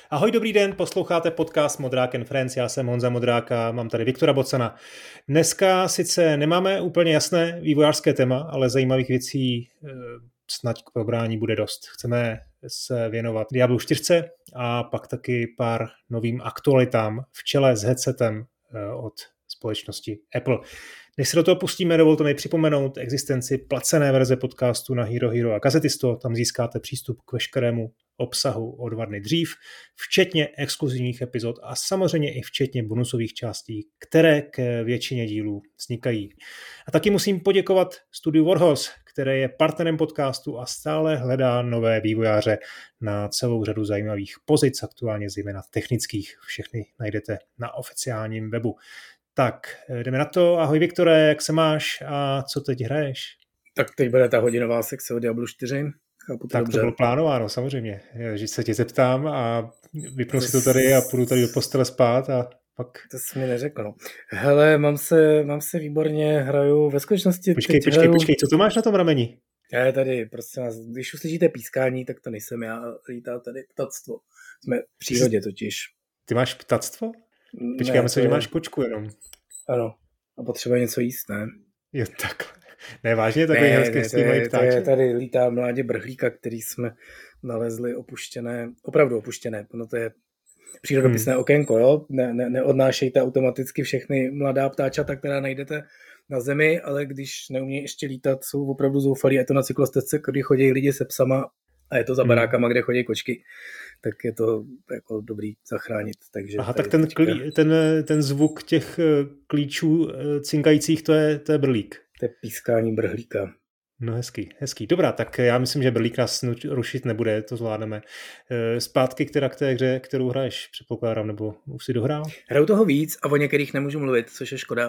Ahoj, dobrý den, posloucháte podcast Modrák & Friends, já jsem Honza Modrák a mám tady Viktora Bocana. Dneska sice nemáme úplně jasné vývojářské téma, ale zajímavých věcí snad k probrání bude dost. Chceme se věnovat Diablu 4 a pak taky pár novým aktualitám v čele s headsetem od společnosti Apple. Než se do toho pustíme, dovolte mi připomenout existenci placené verze podcastu na Hero Hero a Gazetisto. Tam získáte přístup k veškerému obsahu o 2 dny dřív, včetně exkluzivních epizod a samozřejmě i včetně bonusových částí, které k většině dílů vznikají. A taky musím poděkovat studiu Warhorse, které je partnerem podcastu a stále hledá nové vývojáře na celou řadu zajímavých pozic, aktuálně zejména technických. Všechny najdete na oficiálním webu. Tak, jdeme na to. Ahoj Viktore, jak se máš a co teď hraješ? Tak teď bude ta hodinová sekce o Diablu 4. Chápu to tak dobře. To bylo plánováno, samozřejmě. Že se tě zeptám a vypnu si to tady a půjdu tady do postele spát a pak... To jsi mi neřekl, no. Hele, mám se výborně, hraju ve skutečnosti... Počkej, co to máš na tom rameni? Já tady, prostě když uslyšíte pískání, tak to nejsem já, lítá tady ptactvo. Jsme v přírodě totiž. Ty máš ptactvo? Počkej, já myslím, že máš kočku jenom. Ano, a potřebuje něco jíst, ne? Jo, tak. Ne, vážně takový hezký stímají ptáče. Tady lítá mládě brhlíka, který jsme nalezli opravdu opuštěné. No to je přírodopisné okénko, jo? Neodnášejte automaticky všechny mladá ptáčata, která najdete na zemi, ale když neumějí ještě lítat, jsou opravdu zoufalí. Je to na cyklostezce, kdy chodí lidi se psama a je to za barákama, kde chodí kočky, tak je to jako dobrý zachránit. Takže aha, tak ten zvuk těch klíčů cinkajících, to je brlík. To je pískání brhlíka. No hezký. Dobrá, tak já myslím, že brlík nás rušit nebude, to zvládneme. Zpátky k té hře, kterou hraješ, předpokládám, nebo už si dohrál? Hraju toho víc a o některých nemůžu mluvit, což je škoda.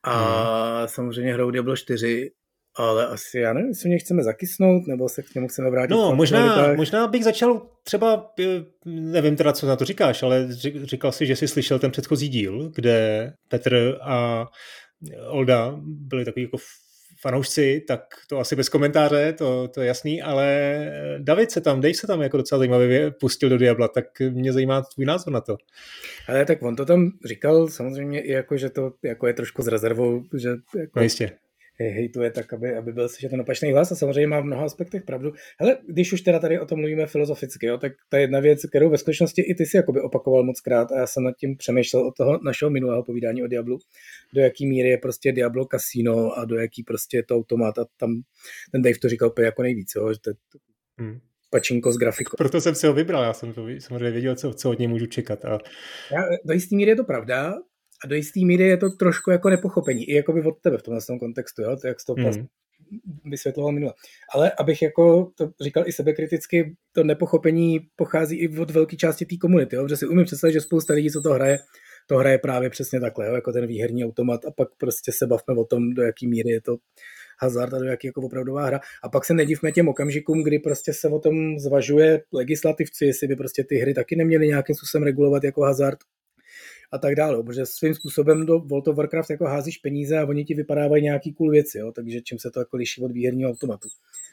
A samozřejmě hraju Diablo 4, ale asi, já nevím, jestli mě chceme zakysnout, nebo se k němu chceme vrátit. No, možná bych začal třeba, nevím teda, co na to říkáš, ale říkal si, že jsi slyšel ten předchozí díl, kde Petr a Olda byli takový jako fanoušci, tak to asi bez komentáře, to je jasný, ale Dave se tam jako docela zajímavě pustil do Diabla, tak mě zajímá tvůj názor na to. Ale tak on to tam říkal samozřejmě i jako, že to jako je trošku s rezervou, že jako... No jistě. Hejtuje tak, aby byl slyšet ten opačný hlas a samozřejmě má v mnoha aspektech pravdu. Hele, když už teda tady o tom mluvíme filozoficky, jo, tak ta jedna věc, kterou ve skutečnosti i ty si jakoby opakoval moc krát a já jsem nad tím přemýšlel od toho našeho minulého povídání o Diablu, do jaký míry je prostě Diablo kasino a do jaký prostě je to automat a tam ten Dave to říkal jako nejvíc, jo, že to je pačinko s grafikou. Proto jsem si ho vybral, já jsem to samozřejmě věděl, co od něj můžu čekat. Do jistý míry je to pravda, a do jistý míry je to trošku jako nepochopení, i jakoby od tebe v tomhle kontextu, jo? To jak jsi to vysvětloval minule. Ale abych jako to říkal i sebekriticky, to nepochopení pochází i od velké části té komunity, jo? Protože si umím představit, že spousta lidí, co to hraje právě přesně takhle, jo? Jako ten výherní automat a pak prostě se bavme o tom, do jaký míry je to hazard a do jaký jako opravdová hra. A pak se nedivme těm okamžikům, kdy prostě se o tom zvažuje legislativci, jestli by prostě ty hry taky neměly nějakým způsobem regulovat jako hazard a tak dále, protože svým způsobem do World of Warcraft jako házíš peníze a oni ti vypadávají nějaký cool věci, jo? Takže čím se to jako liší od výherního automatu.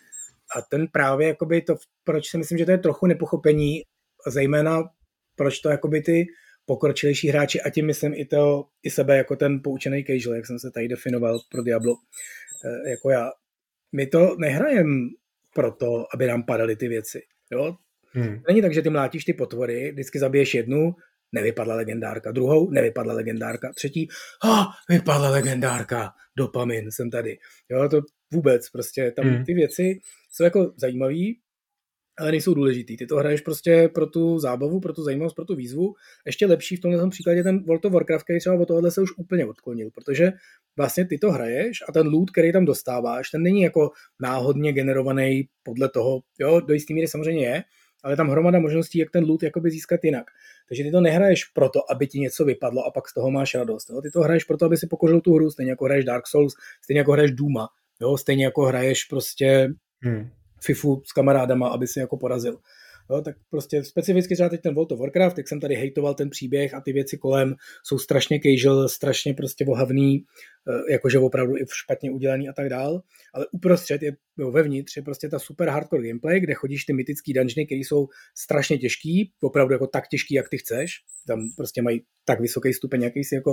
A ten právě, jakoby to, proč si myslím, že to je trochu nepochopení, zejména proč to jakoby ty pokročilejší hráči, a tím myslím i sebe jako ten poučený casual, jak jsem se tady definoval pro Diablo, jako já. My to nehrajeme proto, aby nám padaly ty věci, jo? Není tak, že ty mlátíš ty potvory, vždycky zabiješ jednu, nevypadla legendárka, druhou, nevypadla legendárka, třetí, vypadla legendárka, dopamin, jsem tady. Jo, to vůbec, prostě tam ty věci jsou jako zajímavý, ale nejsou důležitý. Ty to hraješ prostě pro tu zábavu, pro tu zajímavost, pro tu výzvu. Ještě lepší v tomhle příkladě ten World of Warcraft, který třeba od tohohle se už úplně odklonil, protože vlastně ty to hraješ a ten loot, který tam dostáváš, ten není jako náhodně generovaný podle toho, jo, do jistý míry samozřejmě je, ale tam hromada možností, jak ten loot jakoby získat jinak. Takže ty to nehraješ proto, aby ti něco vypadlo a pak z toho máš radost. Jo? Ty to hraješ proto, aby si pokořil tu hru, stejně jako hraješ Dark Souls, stejně jako hraješ Dooma, jo? Stejně jako hraješ prostě FIFU s kamarádama, aby si jako porazil. Jo, tak prostě specificky třeba teď ten World of Warcraft, tak jsem tady hejtoval ten příběh a ty věci kolem jsou strašně casual, strašně prostě ohavný, jakože opravdu i špatně udělaný a tak dál, ale uprostřed je vevnitř je prostě ta super hardcore gameplay, kde chodíš ty mytický dungeony, které jsou strašně těžký, opravdu jako tak těžký, jak ty chceš, tam prostě mají tak vysoký stupeň, jaký si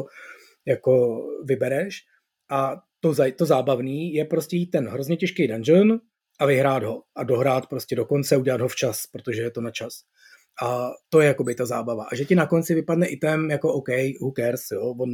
jako vybereš a to zábavný je prostě jít ten hrozně těžký dungeon a vyhrát ho a dohrát prostě do konce, udělat ho včas, protože je to na čas. A to je jakoby ta zábava. A že ti na konci vypadne item jako OK, who cares, jo, on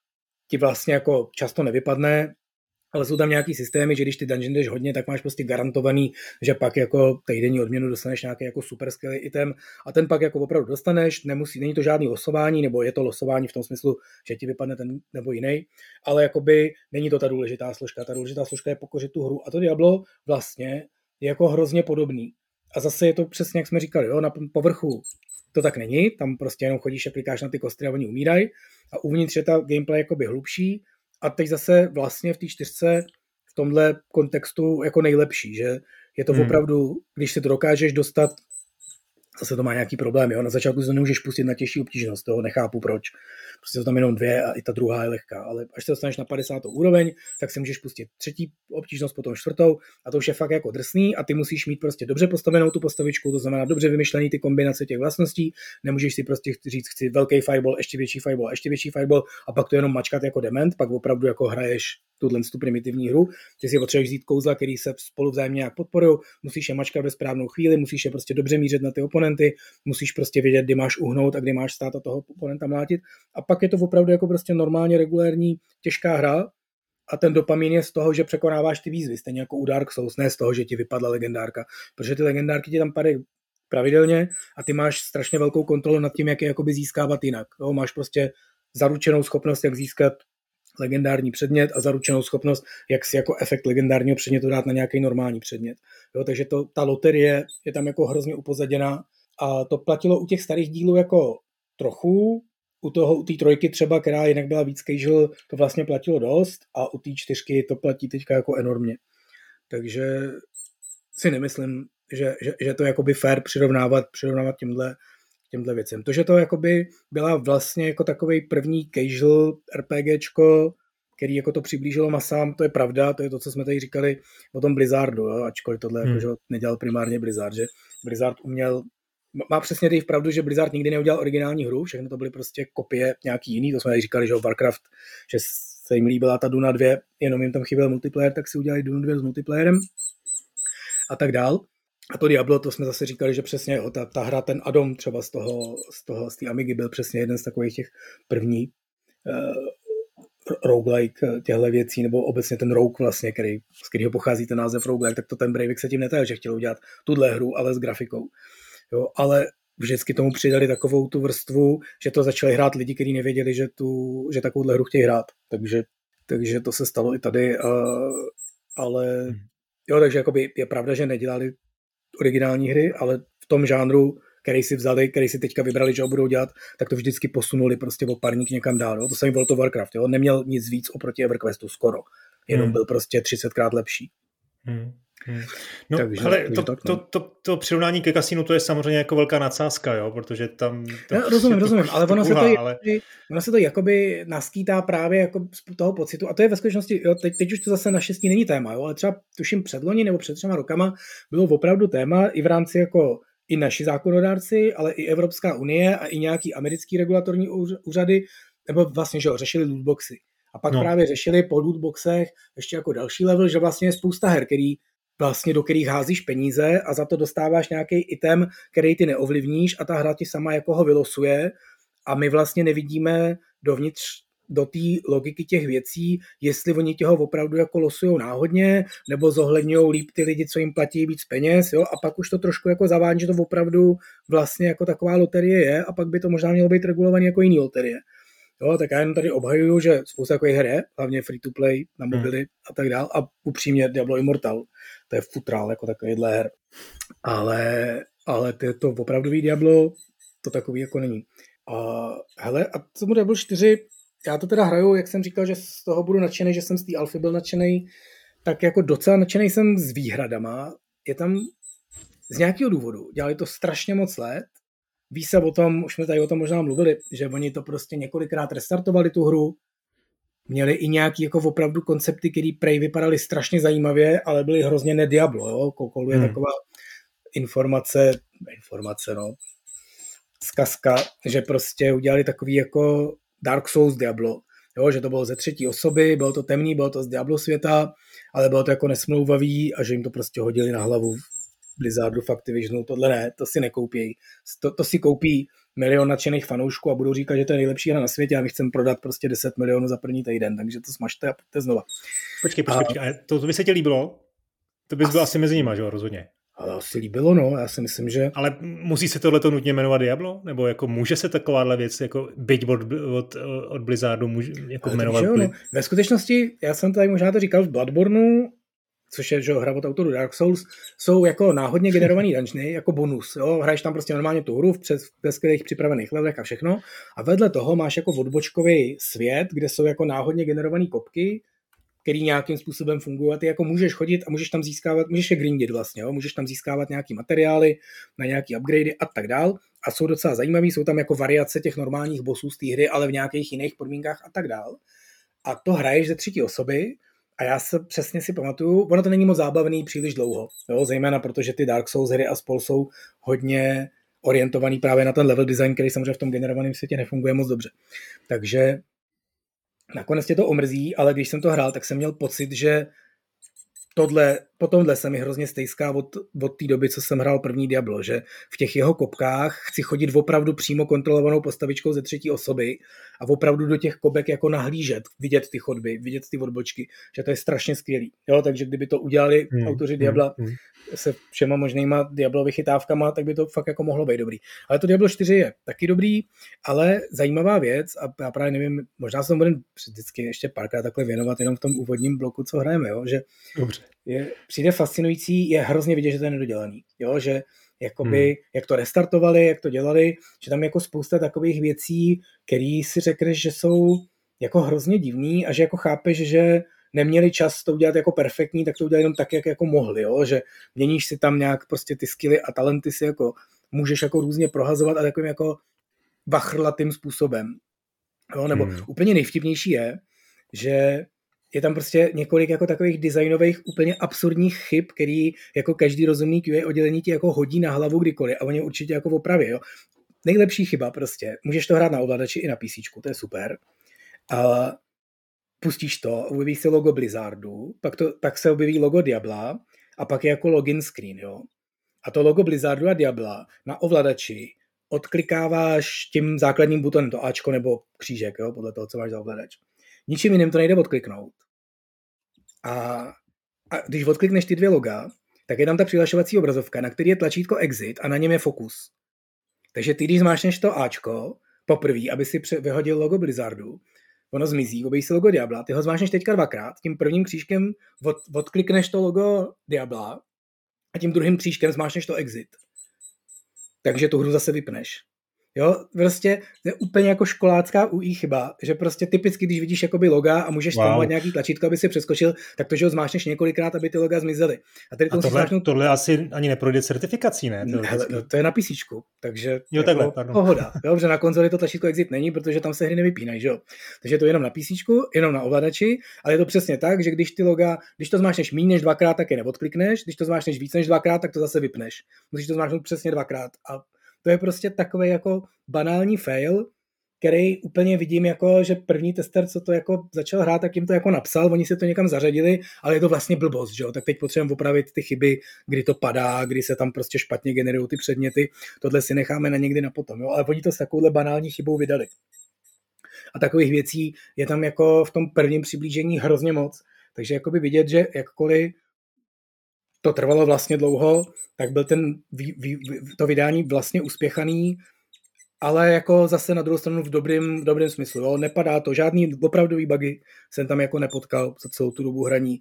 ti vlastně jako často nevypadne, ale jsou tam nějaký systémy, že když ty dungeon jdeš hodně, tak máš prostě garantovaný, že pak jako týdenní odměnu dostaneš nějaký jako super skvělý item a ten pak jako opravdu dostaneš, není to žádný losování, nebo je to losování v tom smyslu, že ti vypadne ten nebo jiný, ale jakoby není to ta důležitá složka. Ta důležitá složka je pokořit tu hru a to Diablo vlastně je jako hrozně podobný. A zase je to přesně, jak jsme říkali, jo, na povrchu to tak není, tam prostě jenom chodíš a klikáš na ty kostry a oni umírají a uvnitř je ta gameplay jakoby hlubší. A teď zase vlastně v té 4 v tomhle kontextu jako nejlepší, že je to opravdu, když si to dokážeš dostat, zase to má nějaký problém, jo? Na začátku se to nemůžeš pustit na těžší obtížnost, toho nechápu proč. Prostě jsou tam jenom 2 a i ta druhá je lehká, ale až se dostaneš na 50. úroveň, tak si můžeš pustit 3. obtížnost, potom 4. a to už je fakt jako drsný a ty musíš mít prostě dobře postavenou tu postavičku, to znamená dobře vymyšlený ty kombinace těch vlastností, nemůžeš si prostě říct, chci velký fireball, ještě větší fireball a pak to jenom mačkat jako dement, pak opravdu jako hraješ tuhle primitivní hru. Ty si potřebuješ vzít kouzla, který se spolu vzájemně nějak podporují, musíš je mačkat ve správnou chvíli, musíš je prostě dobře mířit na ty oponenty, musíš prostě vědět, kdy máš uhnout a kdy máš stát a toho oponenta mlátit. A pak je to opravdu jako prostě normálně regulérní těžká hra a ten dopamin je z toho, že překonáváš ty výzvy, stejně jako u Dark Souls, ne z toho, že ti vypadla legendárka, protože ty legendárky ti tam padají pravidelně a ty máš strašně velkou kontrolu nad tím, jak je jakoby získávat jinak. Jo, máš prostě zaručenou schopnost, jak získat legendární předmět a zaručenou schopnost, jak si jako efekt legendárního předmětu dát na nějaký normální předmět. Jo, takže ta loterie je tam jako hrozně upozaděná a to platilo u těch starých dílů jako trochu, u té 3 třeba, která jinak byla víc casual, to vlastně platilo dost a u té 4 to platí teďka jako enormně. Takže si nemyslím, že to je jakoby fair přirovnávat těmhle věcem. To, že to jakoby byla vlastně jako takovej první casual RPGčko, který jako to přiblížilo masám, to je pravda, to je to, co jsme tady říkali o tom Blizzardu, jo? Ačkoliv tohle jako, že nedělal primárně Blizzard, že Blizzard má přesně tady v pravdu, že Blizzard nikdy neudělal originální hru, všechno to byly prostě kopie nějaký jiný, to jsme tady říkali, že Warcraft, že se jim líbila ta Duna 2, jenom jim tam chyběl multiplayer, tak si udělali Dunu 2 s multiplayerem a tak dál. A to Diablo, to jsme zase říkali, že přesně ta hra, ten Adam třeba z té Amigy byl přesně jeden z takových těch první roguelike těchto věcí, nebo obecně ten rogue vlastně, z kterého pochází ten název roguelike, tak to ten Breivik se tím netajil, že chtěl udělat tuhle hru, ale s grafikou. Jo, ale vždycky tomu přidali takovou tu vrstvu, že to začali hrát lidi, kteří nevěděli, že takovouhle hru chtějí hrát. Takže to se stalo i tady, ale jo, takže jakoby je pravda, že nedělali originální hry, ale v tom žánru, který si teďka vybrali, že ho budou dělat, tak to vždycky posunuli prostě o parník někam dál. Jo? To samý World of Warcraft, jo? Neměl nic víc oproti EverQuestu skoro. Jenom byl prostě 30krát lepší. No, takže, hele, to přirovnání ke kasínu, to je samozřejmě jako velká nadsázka, jo, protože tam... Rozumím, ale ono se to jakoby naskýtá právě jako z toho pocitu, a to je ve skutečnosti, jo, teď už to zase naštěstí není téma, jo, ale třeba tuším předloni nebo před 3 rokama bylo opravdu téma i v rámci jako i naši zákonodárci, ale i Evropská unie a i nějaký americký regulatorní úřady, nebo vlastně, že jo, řešili lootboxy. A pak právě řešili po lootboxech ještě jako další level, že vlastně je spousta her, do kterých házíš peníze a za to dostáváš nějaký item, který ty neovlivníš a ta hra ti sama jako ho vylosuje a my vlastně nevidíme dovnitř do té logiky těch věcí, jestli oni těho opravdu jako losujou náhodně, nebo zohledňují líp ty lidi, co jim platí víc peněz, jo, a pak už to trošku jako zavádí, že to opravdu vlastně jako taková loterie je a pak by to možná mělo být regulovaný jako jiný loterie. Jo, tak já jenom tady obhajuju, že spousta takových her je, hlavně free to play na mobily a tak dál a upřímně Diablo Immortal, to je futrál jako takovýhle her. Ale to opravdový Diablo, to takový jako není. A tomu Diablo 4, já to teda hraju, jak jsem říkal, že z toho budu nadšený, že jsem z té alfy byl nadšený, tak jako docela nadšený jsem s výhradama. Je tam z nějakého důvodu dělali to strašně moc let. Ví se o tom, už jsme tady o tom možná mluvili, že oni to prostě několikrát restartovali tu hru, měli i nějaký jako opravdu koncepty, které prej vypadaly strašně zajímavě, ale byly hrozně ne-Diablo, jo? Koluje taková informace, no, zkazka, že prostě udělali takový jako Dark Souls Diablo, jo? Že to bylo ze třetí osoby, bylo to temný, bylo to z Diablo světa, ale bylo to jako nesmlouvavý a že jim to prostě hodili na hlavu Blizzardu, v Activisionu, tohle ne, to si nekoupí. To si koupí milion nadšených fanoušků a budou říkat, že to je nejlepší hra na světě a my chceme prodat prostě 10 milionů za první týden, takže to smažte a pojďte znova. Počkej, to by se ti líbilo? To bys byl asi mezi nima, že jo, rozhodně. Ale asi líbilo, no, já si myslím, že... Ale musí se tohleto nutně jmenovat Diablo? Nebo jako může se takováhle věc, jako byť od Blizzardu jako jmenovat? No. Ve skutečnosti, já jsem tady možná to říkal v Bloodborneu, což je, že hra od autoru Dark Souls, jsou jako náhodně generovaný dungeony, jako bonus. Jo? Hraješ tam prostě normálně tu hru v skvělých připravených levelech a všechno. A vedle toho máš jako odbočkový svět, kde jsou jako náhodně generovaný kopky, který nějakým způsobem fungují. A ty jako můžeš chodit a můžeš tam získávat, můžeš je grindit vlastně, jo? Můžeš tam získávat nějaký materiály na nějaký upgradey a tak dál. A jsou docela zajímavý, jsou tam jako variace těch normálních bossů z té hry, ale v nějakých jiných podmínkách a tak dál. A to hraješ ze třetí osoby. A já se přesně si pamatuju, ono to není moc zábavný příliš dlouho, jo? Zejména protože ty Dark Souls hry a spol jsou hodně orientovaný právě na ten level design, který samozřejmě v tom generovaném světě nefunguje moc dobře. Takže nakonec tě to omrzí, ale když jsem to hrál, tak jsem měl pocit, že po tomhle se mi hrozně stejská od té doby, co jsem hrál první Diablo, že v těch jeho kopkách chci chodit opravdu přímo kontrolovanou postavičkou ze třetí osoby a opravdu do těch kopek jako nahlížet, vidět ty chodby, vidět ty odbočky, že to je strašně skvělý. Jo, takže kdyby to udělali autoři Diabla se všema možnýma Diablo vychytávkama, tak by to fakt jako mohlo být dobrý. Ale to Diablo 4 je taky dobrý, ale zajímavá věc a já právě nevím, možná se tomu budeme vždycky ještě párkrát takhle věnovat jenom v tom úvodním bloku, co hrajeme, jo, že dobře. Přijde fascinující, je hrozně vidět, že to je nedodělaný. Jo, že jakoby, jak to restartovali, jak to dělali, že tam jako spousta takových věcí, který si řekneš, že jsou jako hrozně divný a že jako chápeš, že neměli čas to udělat jako perfektní, tak to udělali jenom tak, jak jako mohli, jo, že měníš si tam nějak prostě ty skilly a talenty si jako můžeš jako různě prohazovat a takovým jako vachrlatým způsobem. Jo, nebo úplně nejvtipnější je, že je tam prostě několik jako takových designových úplně absurdních chyb, který jako každý rozumný QA oddělení ti jako hodí na hlavu kdykoliv a oni určitě jako opraví, jo. Nejlepší chyba prostě, můžeš to hrát na ovladači i na PCčku, to je super. A pustíš to, objeví se logo Blizzardu, pak se objeví logo Diabla a pak je jako login screen, jo. A to logo Blizzardu a Diabla na ovladači odklikáváš tím základním butonem, to Ačko nebo křížek, jo, podle toho, co máš za ovladač. Ničím jiným to nejde odkliknout. A když odklikneš ty dvě loga, tak je tam ta přihlašovací obrazovka, na který je tlačítko exit a na něm je fokus. Takže ty, když zmášneš to Ačko poprvé, aby si vyhodil logo Blizzardu, ono zmizí, objeví se logo Diabla, ty ho zmášneš teďka dvakrát, tím prvním křížkem odklikneš to logo Diabla a tím druhým křížkem zmášneš to exit. Takže tu hru zase vypneš. Jo, prostě to je úplně jako školácká UI chyba, že prostě typicky, když vidíš jakoby loga a můžeš stimulovat nějaký tlačítko, aby si přeskočil, tak to, že ho zmášneš několikrát, aby ty loga zmizely. Tohle asi ani neprojde certifikací, ne? To je na PCčku, takže jo, takhle, pardon. Pohoda. Jo, že na konzoli to tlačítko exit není, protože tam se hry nevypínají, že jo. Takže to je jenom na PCčku, jenom na ovladači, ale je to přesně tak, že když to zmášneš méně než dvakrát, tak je neodklikneš, když to zmášneš víc než dvakrát, tak to zase vypneš. Musíš to zmášnout přesně dvakrát a to je prostě takový jako banální fail, který úplně vidím jako, že první tester, co to jako začal hrát, tak jim to jako napsal, oni si to někam zařadili, ale je to vlastně blbost, že jo, tak teď potřebujeme opravit ty chyby, kdy to padá, kdy se tam prostě špatně generují ty předměty, tohle si necháme na někdy na potom, jo, ale oni to s takovouhle banální chybou vydali. A takových věcí je tam jako v tom prvním přiblížení hrozně moc, takže jakoby vidět, že jakkoliv to trvalo vlastně dlouho, tak byl to vydání vlastně uspěchaný, ale jako zase na druhou stranu v dobrým smyslu. Jo. Nepadá to, žádný opravdový bugy jsem tam jako nepotkal za celou tu dobu hraní.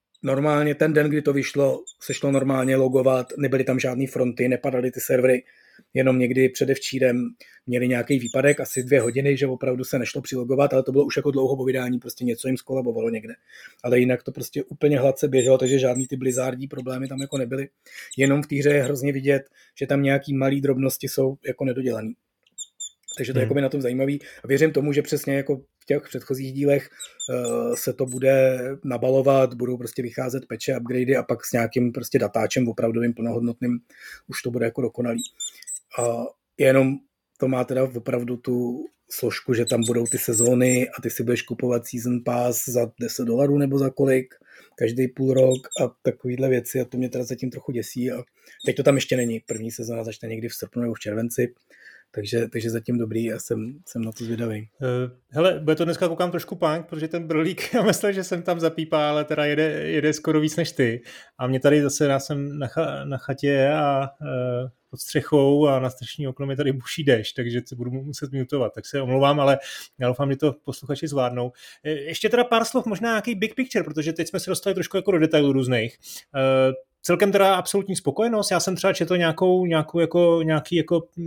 Normálně ten den, kdy to vyšlo, se šlo normálně logovat, nebyly tam žádný fronty, nepadaly ty servery. jenom někdy předevčírem měli nějaký výpadek, asi 2 hodiny, že opravdu se nešlo přilogovat, ale to bylo už jako dlouho po vydání, prostě něco jim skolabovalo někde. Ale jinak to prostě úplně hladce běželo, takže žádný ty blizzardí problémy tam jako nebyly. Jenom v té hře je hrozně vidět, že tam nějaký malý drobnosti jsou jako nedodělaný. Takže to je na tom zajímavý. A věřím tomu, že přesně jako v těch předchozích dílech se to bude nabalovat, budou prostě vycházet patche, upgradey a pak s nějakým prostě datáčem opravdovým plnohodnotným už to bude jako dokonalý. A jenom to má teda opravdu tu složku, že tam budou ty sezóny a ty si budeš kupovat season pass za $10 nebo za kolik, každý půl rok a takovýhle věci a to mě teda zatím trochu děsí a teď to tam ještě není. První sezóna začne někdy v srpnu nebo v červenci. Takže zatím dobrý a jsem na to zvědavý. Hele, bude to dneska koukám trošku punk, protože ten Brlík, já myslím, že jsem tam zapípá, ale teda jede skoro víc než ty. A mě tady zase, já jsem na chatě a pod střechou a na střešní okno mi tady buší déšť, takže se budu muset mutovat, tak se omlouvám, ale já doufám, že to posluchači zvládnou. Ještě teda pár slov, možná nějaký big picture, protože teď jsme se dostali trošku jako do detailů různých. Celkem teda absolutní spokojenost. Já jsem třeba četl nějaký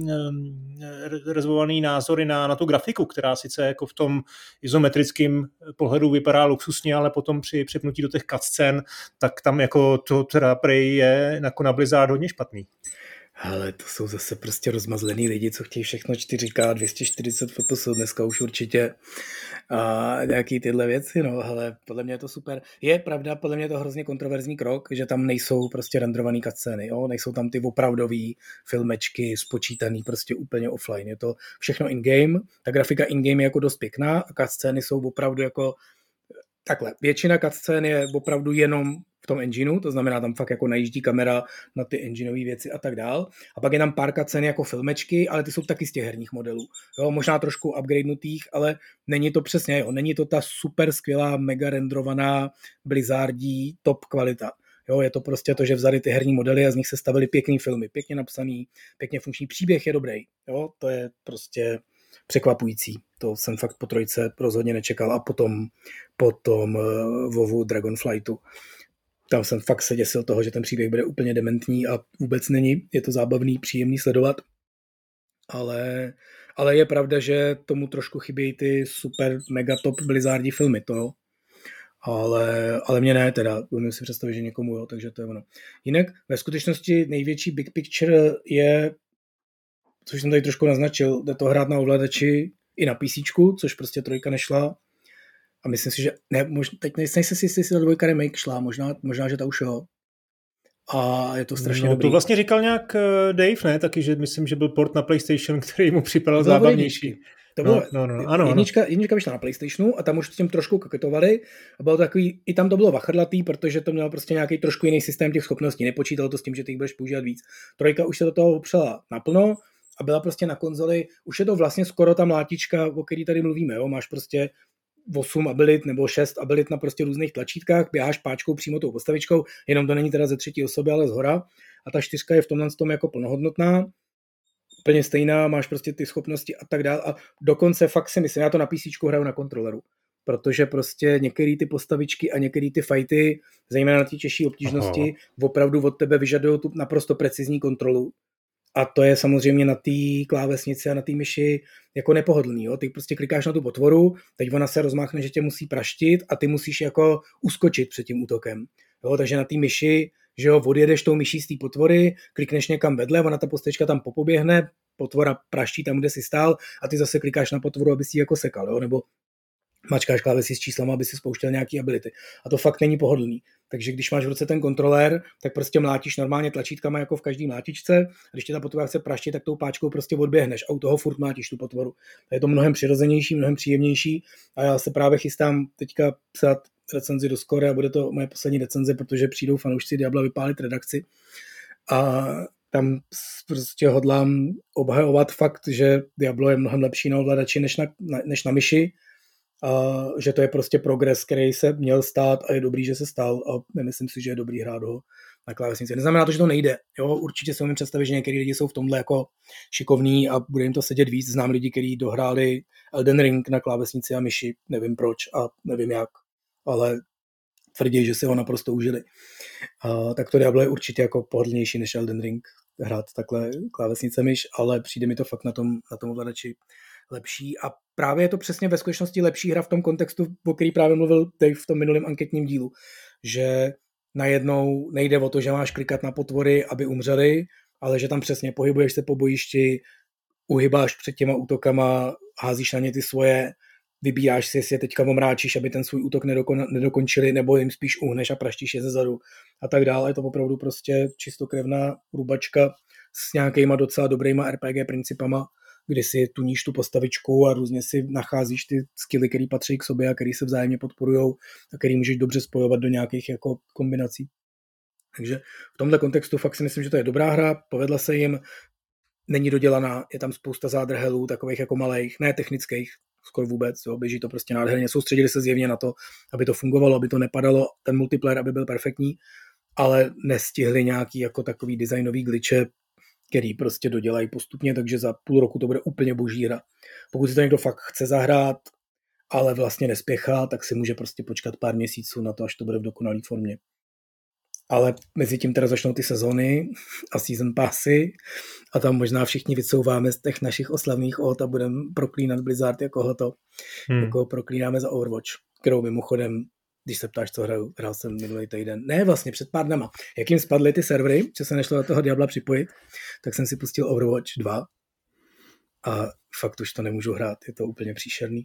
rezervovaný názory na tu grafiku, která sice jako v tom izometrickém pohledu vypadá luxusně, ale potom při přepnutí do těch cutscén, tak tam jako to teda prej je jako na Blizzard hodně špatný. Ale to jsou zase prostě rozmazlený lidi, co chtějí všechno 4K, 240 fotos dneska už určitě a nějaký tyhle věci, no, ale podle mě je to super. Je pravda, podle mě je to hrozně kontroverzní krok, že tam nejsou prostě renderovaný cutscény, jo, nejsou tam ty opravdový filmečky spočítaný prostě úplně offline, je to všechno in-game, ta grafika in-game je jako dost pěkná a cutscény jsou opravdu jako takhle, většina cutscén je opravdu jenom v tom engineu, to znamená tam fakt jako najíždí kamera na ty engineové věci a tak dál. A pak je tam pár cutscén jako filmečky, ale ty jsou taky z těch herních modelů. Jo, možná trošku upgradenutých, ale není to přesně, jo, není to ta super skvělá, mega rendrovaná Blizzardí top kvalita. Jo, je to prostě to, že vzali ty herní modely a z nich se stavili pěkný filmy, pěkně napsaný, pěkně funkční, příběh je dobrý. Jo, to je prostě překvapující. To jsem fakt po 3 rozhodně nečekal a potom WoWu Dragonflightu. Tam jsem fakt se děsil toho, že ten příběh bude úplně dementní a vůbec není. Je to zábavný, příjemný sledovat. Ale je pravda, že tomu trošku chybějí ty super mega top Blizzardí filmy, to jo. Ale mě ne, teda umím si představit, že někomu jo, takže to je ono. Jinak ve skutečnosti největší big picture je, což jsem tady trošku naznačil, jde to hrát na ovladači i na PCčku, což prostě 3 nešla. A myslím si, že teď nejsem si jistý, jestli ta 2 remake šla, možná, že ta už jo. A je to strašně dobrý. To vlastně říkal nějak Dave, ne? Taky, že myslím, že byl port na PlayStation, který mu připadal zábavnější. To bylo, ano. Jednička vyšla na PlayStationu a tam už s tím trošku koketovali a bylo takový, i tam to bylo vachrlatý, protože to mělo prostě nějaký trošku jiný systém těch schopností, nepočítalo to s tím, že ty budeš používat víc. 3 už se do toho opřela naplno a byla prostě na konzoli, už je to vlastně skoro ta mlátička, o který tady mluvíme, jo? Máš prostě 8 abilit nebo 6 abilit na prostě různých tlačítkách, běháš páčkou přímo tou postavičkou, jenom to není teda ze 3. osoby, ale zhora a ta 4 je v tomhle tom jako plnohodnotná, úplně stejná, máš prostě ty schopnosti a tak dále a dokonce fakt si myslím, já to na PCčku hraju na kontroleru, protože prostě některé ty postavičky a některé ty fighty, zejména na té těžší obtížnosti, opravdu od tebe vyžadují tu naprosto precizní kontrolu. A to je samozřejmě na té klávesnici a na té myši jako nepohodlný. Jo? Ty prostě klikáš na tu potvoru, teď ona se rozmáchne, že tě musí praštit a ty musíš jako uskočit před tím útokem. Jo? Takže na té myši, že jo, odjedeš tou myší z té potvory, klikneš někam vedle, ona ta postavička tam popoběhne, potvora praští tam, kde jsi stál a ty zase klikáš na potvoru, aby si ji jako sekal, jo? Nebo mačkáš klávesy s číslama, aby si spouštěl nějaký ability. A to fakt není pohodlný. Takže když máš v ruce ten kontrolér, tak prostě mlátíš normálně tlačítkama jako v každý mlátičce. A když tě ta potvora chce praštit, tak tou páčkou prostě odběhneš a u toho furt mlátíš tu potvoru. A je to mnohem přirozenější, mnohem příjemnější. A já se právě chystám teďka psát recenzi do Score a bude to moje poslední recenze, protože přijdou fanoušci Diabla vypálit redakci. A tam prostě hodlám obhajovat fakt, že Diablo je mnohem lepší na ovladači než na myši. A že to je prostě progres, který se měl stát a je dobrý, že se stal a nemyslím si, že je dobrý hrát ho na klávesnici. Neznamená to, že to nejde. Jo? Určitě si umím představit, že některý lidi jsou v tomhle jako šikovní a bude jim to sedět víc. Znám lidi, kteří dohráli Elden Ring na klávesnici a myši, nevím proč a nevím jak, ale tvrdí, že si ho naprosto užili. Tak to Diablo je určitě jako pohodlnější než Elden Ring. hrát takhle klávesnice myš, ale přijde mi to fakt na tom ovladači lepší a právě je to přesně ve skutečnosti lepší hra v tom kontextu, o který právě mluvil Dave v tom minulém anketním dílu, že najednou nejde o to, že máš klikat na potvory, aby umřeli, ale že tam přesně pohybuješ se po bojišti, uhybáš před těma útokama, házíš na ně ty svoje, vybíráš si, jestli je teďka omráčíš, aby ten svůj útok nedokončili, nebo jim spíš uhneš a praštíš je zezadu a tak dále. Je to opravdu prostě čistokrevná rubačka s nějakýma docela dobrýma RPG principama, kdy si tuníš tu postavičku a různě si nacházíš ty skilly, které patří k sobě a které se vzájemně podporujou a který můžeš dobře spojovat do nějakých jako kombinací. Takže v tomhle kontextu fakt si myslím, že to je dobrá hra, povedla se jim, není dodělaná, je tam spousta zádrhelů, takových jako malých, ne technických, skoro vůbec, jo, běží to prostě nádherně, soustředili se zjevně na to, aby to fungovalo, aby to nepadalo, ten multiplayer, aby byl perfektní, ale nestihli nějaký jako takový designový glitche, který prostě dodělají postupně, takže za půl roku to bude úplně boží hra. Pokud si to někdo fakt chce zahrát, ale vlastně nespěchá, tak si může prostě počkat pár měsíců na to, až to bude v dokonalé formě. Ale mezi tím teda začnou ty sezony a season passy a tam možná všichni vycouváme z těch našich oslavných ód a budeme proklínat Blizzard jako to, jako proklínáme za Overwatch, kterou mimochodem, když se ptáš, co hrál jsem minulý týden, ne vlastně před pár dnama, jak jim spadly ty servery, že se nešlo do toho Diabla připojit, tak jsem si pustil Overwatch 2 a fakt už to nemůžu hrát, je to úplně příšerný.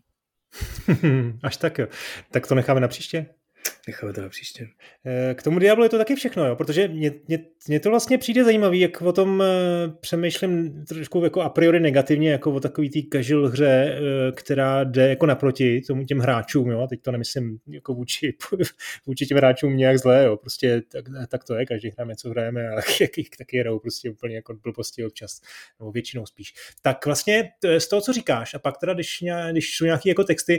Až tak jo. Tak to necháme na příště? Necháme to na příště. K tomu Diablu je to taky všechno, jo? Protože mě to vlastně přijde zajímavý, jak o tom přemýšlím trošku jako a priori negativně, jako o takový té casual hře, která jde jako naproti těm hráčům, jo? A teď to nemyslím jako vůči těm hráčům nějak zlé, jo? Prostě tak to je, každý hráme, co hrajeme, ale taky hrajou prostě úplně jako blbosti občas, nebo většinou spíš. Tak vlastně z toho, co říkáš, a pak teda, když jsou nějaké jako texty,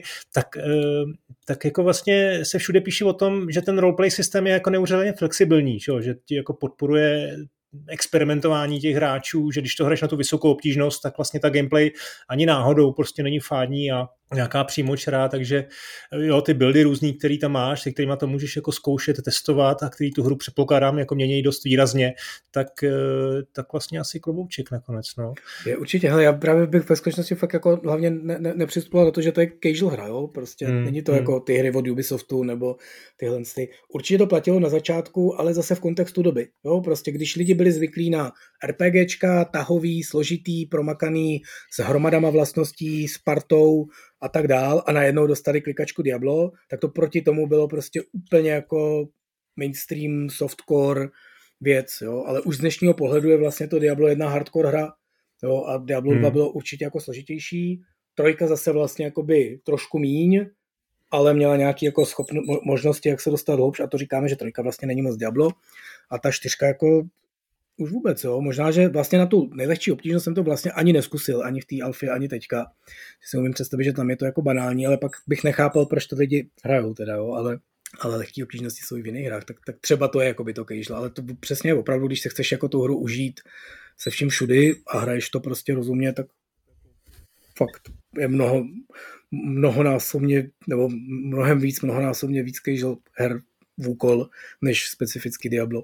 tak jako vlastně se všude píše o tom, že ten roleplay systém je jako neuvěřitelně flexibilní, že ti jako podporuje experimentování těch hráčů, že když to hraješ na tu vysokou obtížnost, tak vlastně ta gameplay ani náhodou prostě není fádní a nějaká přímočará, takže jo, ty buildy různý, který tam máš, se kterýma to můžeš jako zkoušet, testovat a který tu hru předpokládám jako měnějí dost výrazně, tak vlastně asi klobouček nakonec, no. Je určitě, hele, já právě bych ve skutečnosti fakt jako hlavně nepřistupoval na to, že to je casual hra, jo, prostě není to jako ty hry od Ubisoftu nebo tyhle ty. Určitě to platilo na začátku, ale zase v kontextu doby, jo, prostě když lidi byli zvyklí na RPGčka, tahový, složitý, promakaný, s hromadama vlastností, s partou a tak dál a najednou dostali klikačku Diablo, tak to proti tomu bylo prostě úplně jako mainstream, softcore věc, jo, ale už z dnešního pohledu je vlastně to Diablo jedna hardcore hra, jo, a Diablo 2 bylo určitě jako složitější, trojka zase vlastně jakoby trošku míň, ale měla nějaké jako možnosti, jak se dostat hloubš a to říkáme, že trojka vlastně není moc Diablo a ta čtyřka jako už vůbec, jo. Možná, že vlastně na tu nejlehčí obtížnost jsem to vlastně ani neskusil, ani v té alfě, ani teďka. Že si umím představit, že tam je to jako banální, ale pak bych nechápal, proč to lidi hrajou teda, jo, ale lehké obtížnosti jsou i v jiných hrách, tak třeba to je jako by to casual, ale to přesně opravdu, když se chceš jako tu hru užít se vším všudy a hraješ to prostě rozumně, tak fakt je mnohonásobně, nebo mnohonásobně víc casual her v úkol, než specificky Diablo.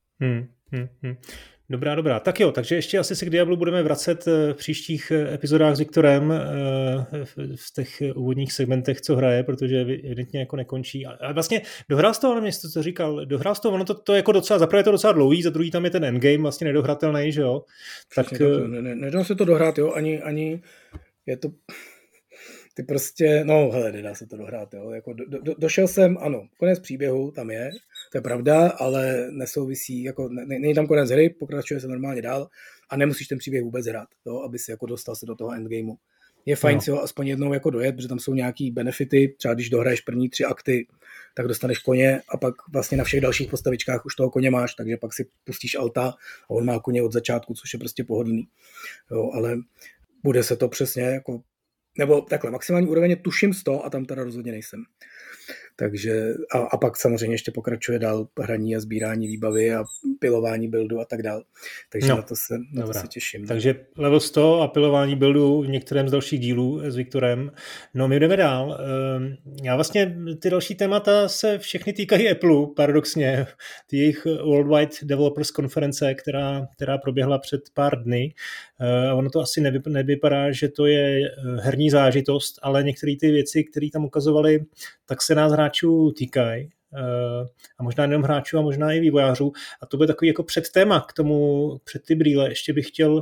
Dobrá. Tak jo, takže ještě asi se k Diablu budeme vracet v příštích epizodách s Viktorem v těch úvodních segmentech, co hraje, protože evidentně jako nekončí. A vlastně dohrál z toho, ale mě co říkal, dohrál z toho, ono to jako docela, zaprvé je to docela dlouhý, za druhý tam je ten endgame vlastně nedohratelný, že jo? Tak nedá se to dohrát, jo, ani je to... Ty prostě, no hele, nedá se to dohrát, jo, jako došel jsem, ano, konec příběhu tam je, to je pravda, ale nesouvisí, jako není tam konec hry, pokračuje se normálně dál a nemusíš ten příběh vůbec hrát, jo, aby si jako dostal se do toho endgameu. Je fajn si ho aspoň jednou jako dojet, protože tam jsou nějaký benefity, třeba když dohraješ první 3 akty, tak dostaneš koně a pak vlastně na všech dalších postavičkách už toho koně máš, takže pak si pustíš alta a on má koně od začátku, což je prostě pohodlný, jo, ale bude se to přesně jako nebo takhle, maximální úroveň je tuším 100 a tam teda rozhodně nejsem. Takže a pak samozřejmě ještě pokračuje dál hraní a sbírání výbavy a pilování buildu a tak dál. Takže na to se těším. Takže level 100 a pilování buildu v některém z dalších dílů s Viktorem. No my jdeme dál. Já vlastně ty další témata se všechny týkají Apple, paradoxně. Ty jejich Worldwide Developers konference, která proběhla před pár dny. Ono to asi nevypadá, že to je herní zážitost, ale některé ty věci, které tam ukazovali, tak se nás hráčů týkají. A možná nejenom hráčů a možná i vývojářů. A to bude takový jako předtéma k tomu, před ty brýle. Ještě bych chtěl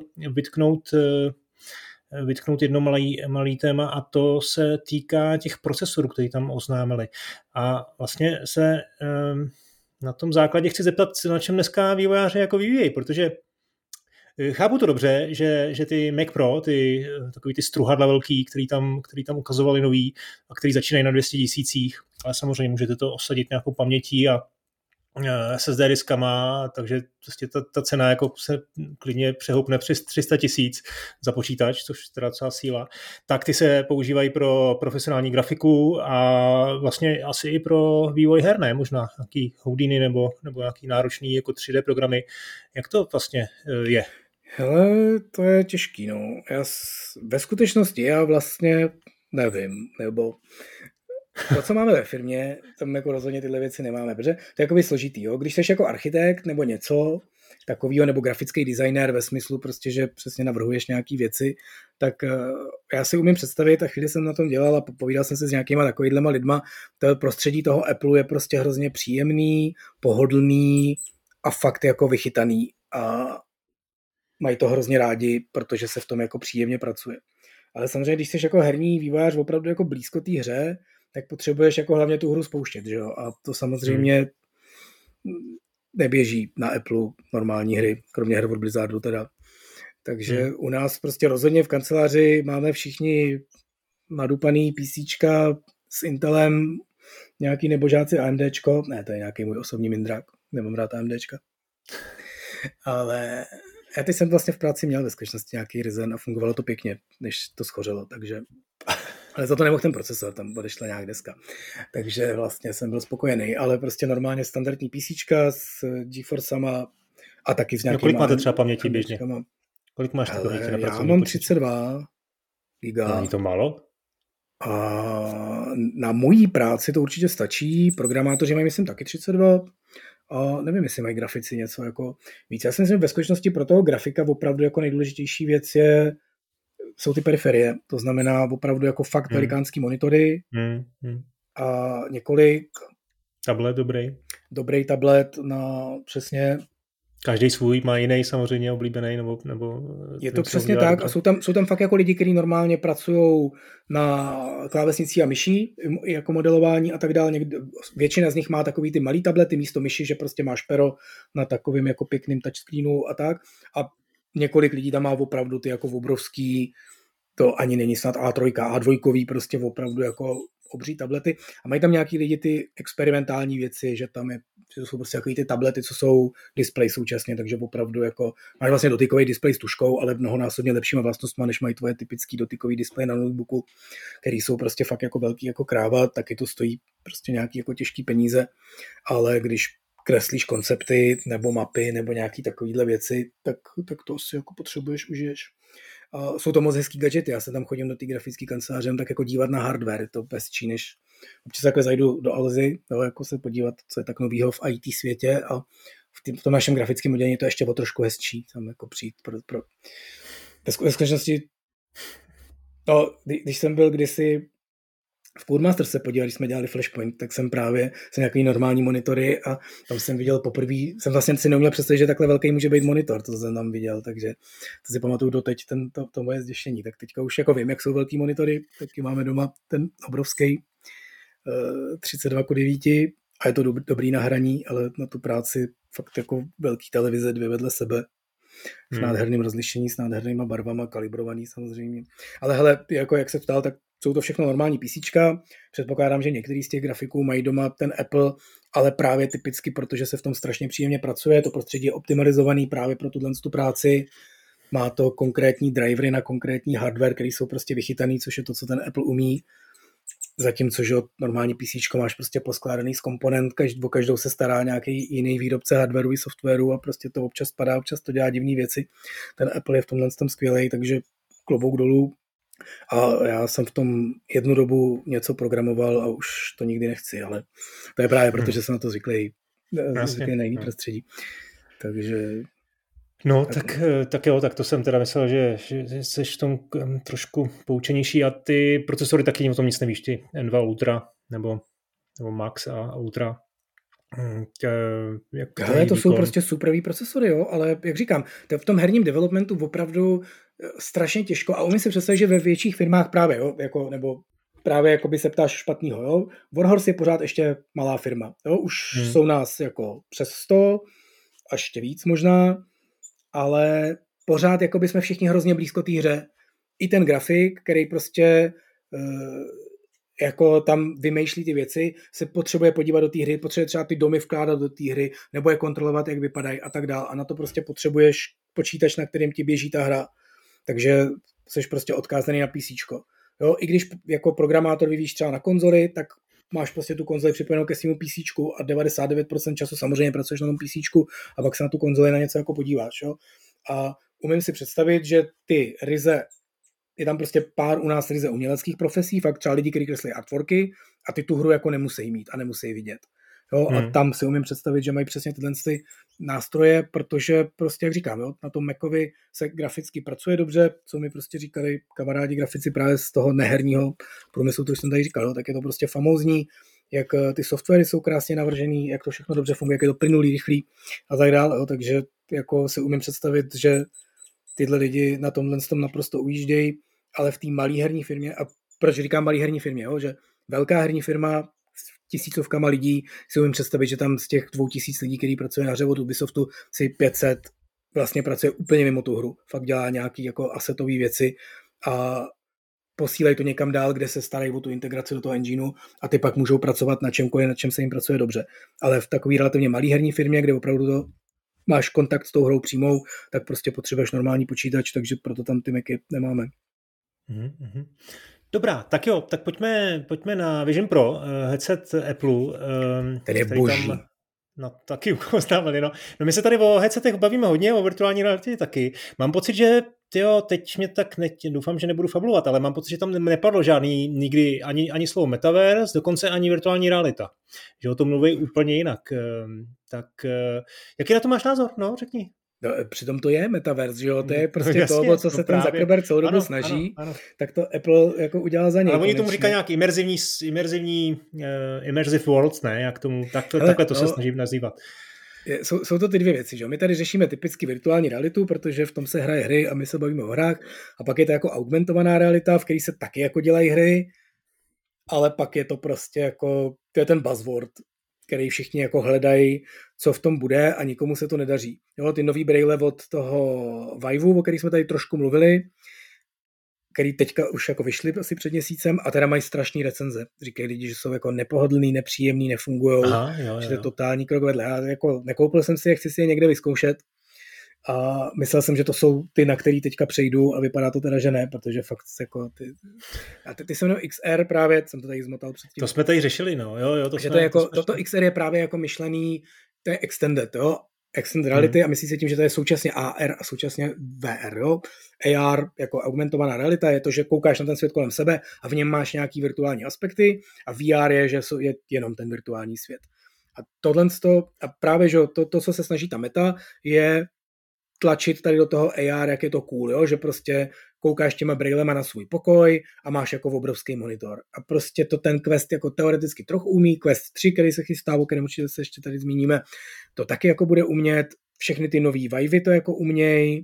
vytknout jedno malý téma a to se týká těch procesorů, které tam oznámili. A vlastně se na tom základě chci zeptat, na čem dneska vývojáři jako vyvíjejí, protože chápu to dobře, že ty Mac Pro, takový ty struhadla velký, který tam ukazovali nový a který začínají na 200 000, ale samozřejmě můžete to osadit nějakou pamětí a SSD diskama, takže prostě ta cena jako se klidně přehoupne přes 300 000 za počítač, což teda docela síla. Tak ty se používají pro profesionální grafiku a vlastně asi i pro vývoj her, ne? Možná nějaký Houdini nebo nějaký náročný jako 3D programy. Jak to vlastně je? Hele, to je těžký, no. Ve skutečnosti já vlastně nevím, nebo to, co máme ve firmě, tam jako rozhodně tyhle věci nemáme, protože to je jakoby složitý, jo. Když jsi jako architekt nebo něco takového, nebo grafický designer ve smyslu prostě, že přesně navrhuješ nějaký věci, tak já si umím představit, a chvíli jsem na tom dělal a povídal jsem se s nějakýma takovýhlema lidma, to prostředí toho Apple je prostě hrozně příjemný, pohodlný a fakt jako vychytaný a mají to hrozně rádi, protože se v tom jako příjemně pracuje. Ale samozřejmě, když jsi jako herní vývojář opravdu jako blízko té hře, tak potřebuješ jako hlavně tu hru spouštět, že jo? A to samozřejmě neběží na Apple normální hry, kromě her od Blizzardu teda. Takže u nás prostě rozhodně v kanceláři máme všichni nadupaný PCčka s Intelem, nějaký nebožáci AMDčko, ne, to je nějaký můj osobní mindrák, nemám rád AMDčka. Ale já teď jsem vlastně v práci měl ve skutečnosti nějaký Ryzen a fungovalo to pěkně, než to schořelo, takže ale za to nemohl ten procesor, tam odešla nějak deska. Takže vlastně jsem byl spokojený, ale prostě normálně standardní PCčka s GeForcema a taky s nějakým... Kolik máte třeba paměti běžně? Kolik máš ty paměti na pracovní? Já mám 32 giga. Není to málo? A na mojí práci to určitě stačí. Programátoři mají, myslím, taky 32. A nevím, jestli mají grafici něco jako víc. Já si myslím, že ve skutečnosti pro toho grafika opravdu jako nejdůležitější věc jsou ty periferie. To znamená opravdu jako fakt velikánský monitory a několik... Tablet Dobrý tablet na přesně... Každý svůj má jiný samozřejmě oblíbený, nebo je to přesně tak a jsou tam fakt jako lidi, kteří normálně pracují na klávesnici a myší, jako modelování a tak dále. Většina z nich má takový ty malý tablety místo myši, že prostě máš pero na takovým jako pěkným touchscreenu a tak. A několik lidí tam má opravdu ty jako obrovský, to ani není snad A3, A2, prostě opravdu jako obří tablety. A mají tam nějaký lidi ty experimentální věci, že tam že to jsou prostě takový ty tablety, co jsou display současně, takže opravdu jako máš vlastně dotykový displej s tuškou, ale mnohonásobně lepšíma vlastnostma, než mají tvoje typický dotykový displej na notebooku, který jsou prostě fakt jako velký jako kráva, taky to stojí prostě nějaký jako těžký peníze, ale když kreslíš koncepty nebo mapy nebo nějaký takovýhle věci, tak to si jako potřebuješ, užiješ. A jsou to moc hezký gadgety, já se tam chodím do té grafické kanceláře tak jako dívat na hardware, to bezčí, než občas takhle zajdu do Alzy, jako se podívat, co je tak novýho v IT světě a v tom našem grafickém oddělení to ještě o trošku hezčí, tam jako přijít pro... Ve skutečnosti, když jsem byl kdysi v Codemaster se podíval, když jsme dělali Flashpoint, tak jsem právě se nějaký normální monitory a tam jsem viděl poprvé, jsem vlastně si neuměl představit, že takhle velký může být monitor, to jsem tam viděl, takže to si pamatuju doteď to moje zděšení. Tak teďka už jako vím, jak jsou velký monitory, taky máme doma ten obrovský 32:9 a je to dobrý na hraní, ale na tu práci fakt jako velký televize, 2 vedle sebe, v nádherném rozlišení, s nádhernýma barvama, kalibrovaný samozřejmě. Ale hele, jako jak se ptal, tak jsou to všechno normální PCčka. Předpokládám, že některý z těch grafiků mají doma ten Apple, ale právě typicky, protože se v tom strašně příjemně pracuje, to prostředí je optimalizovaný právě pro tu práci. Má to konkrétní drivery na konkrétní hardware, který jsou prostě vychytaný, což je to, co ten Apple umí. Zatímco, že normální PC máš prostě poskládaný z komponent, o každou se stará nějaký jiný výrobce hardwareu i softwaru a prostě to občas padá, občas to dělá divné věci. Ten Apple je v tomhle tom skvělej, takže klobouk dolů. A já jsem v tom jednu dobu něco programoval a už to nikdy nechci, ale to je právě proto, že jsem na to zvyklý na jiný prostředí. Takže... No, tak jo, tak to jsem teda myslel, že jsi v tom trošku poučenější a ty procesory taky o tom nic nevíš, ty N2 Ultra nebo Max a Ultra. Ale to jsou prostě superový procesory, jo, ale jak říkám, v tom herním developmentu opravdu strašně těžko a umím si představit, že ve větších firmách právě, jo, jako, nebo právě jako by se ptáš špatnýho, jo. Warhorse je pořád ještě malá firma, jo, už jsou nás jako přes 100, až ještě víc možná, ale pořád jako by jsme všichni hrozně blízko té hře. I ten grafik, který prostě jako tam vymýšlí ty věci, se potřebuje podívat do té hry, potřebuje třeba ty domy vkládat do té hry, nebo je kontrolovat, jak vypadají a tak dále. A na to prostě potřebuješ počítač, na kterým ti běží ta hra. Takže jsi prostě odkázaný na PC. Jo, i když jako programátor vyvíjíš třeba na konzoli, tak máš prostě tu konzoli připojenou ke svému PC a 99% času samozřejmě pracuješ na tom PC a pak se na tu konzoli na něco jako podíváš. Jo? A umím si představit, že ty ryze, je tam prostě pár u nás ryze uměleckých profesí, fakt třeba lidi, kteří kreslí artworky a ty tu hru jako nemusí mít a nemusí vidět. Jo? A tam si umím představit, že mají přesně tyhle nástroje, protože prostě, jak říkám, jo, na tom Macovi se graficky pracuje dobře, co mi prostě říkali kamarádi grafici právě z toho neherního průmyslu, to jsem tady říkal, jo, tak je to prostě famózní, jak ty softwary jsou krásně navržený, jak to všechno dobře funguje, jak je to plynulý, rychlý a tak dále, jo, takže jako si umím představit, že tyhle lidi na tomhle tom naprosto ujíždějí, ale v té malé herní firmě, a proč říkám malé herní firmě, jo, že velká herní firma tisícovkama lidí, si umím představit, že tam z těch 2000 lidí, kteří pracuje na hře od Ubisoftu, si 500 vlastně pracuje úplně mimo tu hru. Fakt dělá nějaký jako asetové věci a posílají to někam dál, kde se starají o tu integraci do toho engineu a ty pak můžou pracovat na čemkoliv, na čem se jim pracuje dobře. Ale v takové relativně malé herní firmě, kde opravdu to máš kontakt s tou hrou přímou, tak prostě potřebuješ normální počítač, takže proto tam ty Macy nemáme. Mm-hmm. Dobrá, tak jo, tak pojďme na Vision Pro, headset Apple. Ten je boží. No taky ukoznávali, no. No my se tady o headsetech bavíme hodně, o virtuální realitě taky. Mám pocit, že teď mě tak doufám, že nebudu fabulovat, ale mám pocit, že tam nepadlo žádný nikdy ani slovo metaverse, dokonce ani virtuální realita. Že o tom mluví úplně jinak. Tak jaký na to máš názor? No, řekni. No, přitom to je metaverse, že jo? To je prostě jasně, to, co se ten Zuckerberg celou dobu snaží, ano. Tak to Apple jako udělal za něj. Ale oni tomu říkají nějak immersive worlds, ne? Jak tomu, takhle to se snažím nazývat. Jsou to ty dvě věci, že jo? My tady řešíme typicky virtuální realitu, protože v tom se hraje hry a my se bavíme o hrách, a pak je to jako augmentovaná realita, v které se taky jako dělají hry, ale pak je to prostě jako, to je ten buzzword, který všichni jako hledají, co v tom bude a nikomu se to nedaří. Jo, ty nový brejle od toho Viveu, o kterých jsme tady trošku mluvili, který teďka už jako vyšly asi před měsícem a teda mají strašný recenze. Říkají lidi, že jsou jako nepohodlný, nepříjemný, nefungujou, že to je totální krok vedle. Já jako nekoupil jsem si je, chci si je někde vyzkoušet a myslel jsem, že to jsou ty, na který teďka přejdu a vypadá to teda, že ne, protože fakt jako ty se jmenují XR právě, jsem to tady zmotal předtím. To jsme tady řešili, no. Jo, toto XR je právě jako myšlený, to je extended, jo, extended reality a myslí se tím, že to je současně AR a současně VR, jo. AR jako augmentovaná realita je to, že koukáš na ten svět kolem sebe a v něm máš nějaký virtuální aspekty a VR je, že je jenom ten virtuální svět. A tohle a právě, že to, co se snaží ta Meta, je tlačit tady do toho AR, jak je to cool, jo? Že prostě koukáš těma brejlema na svůj pokoj a máš jako obrovský monitor. A prostě to ten Quest jako teoreticky trochu umí, Quest 3, který se chystá, o kterém určitě se ještě tady zmíníme, to taky jako bude umět, všechny ty nový Vivey to jako umějí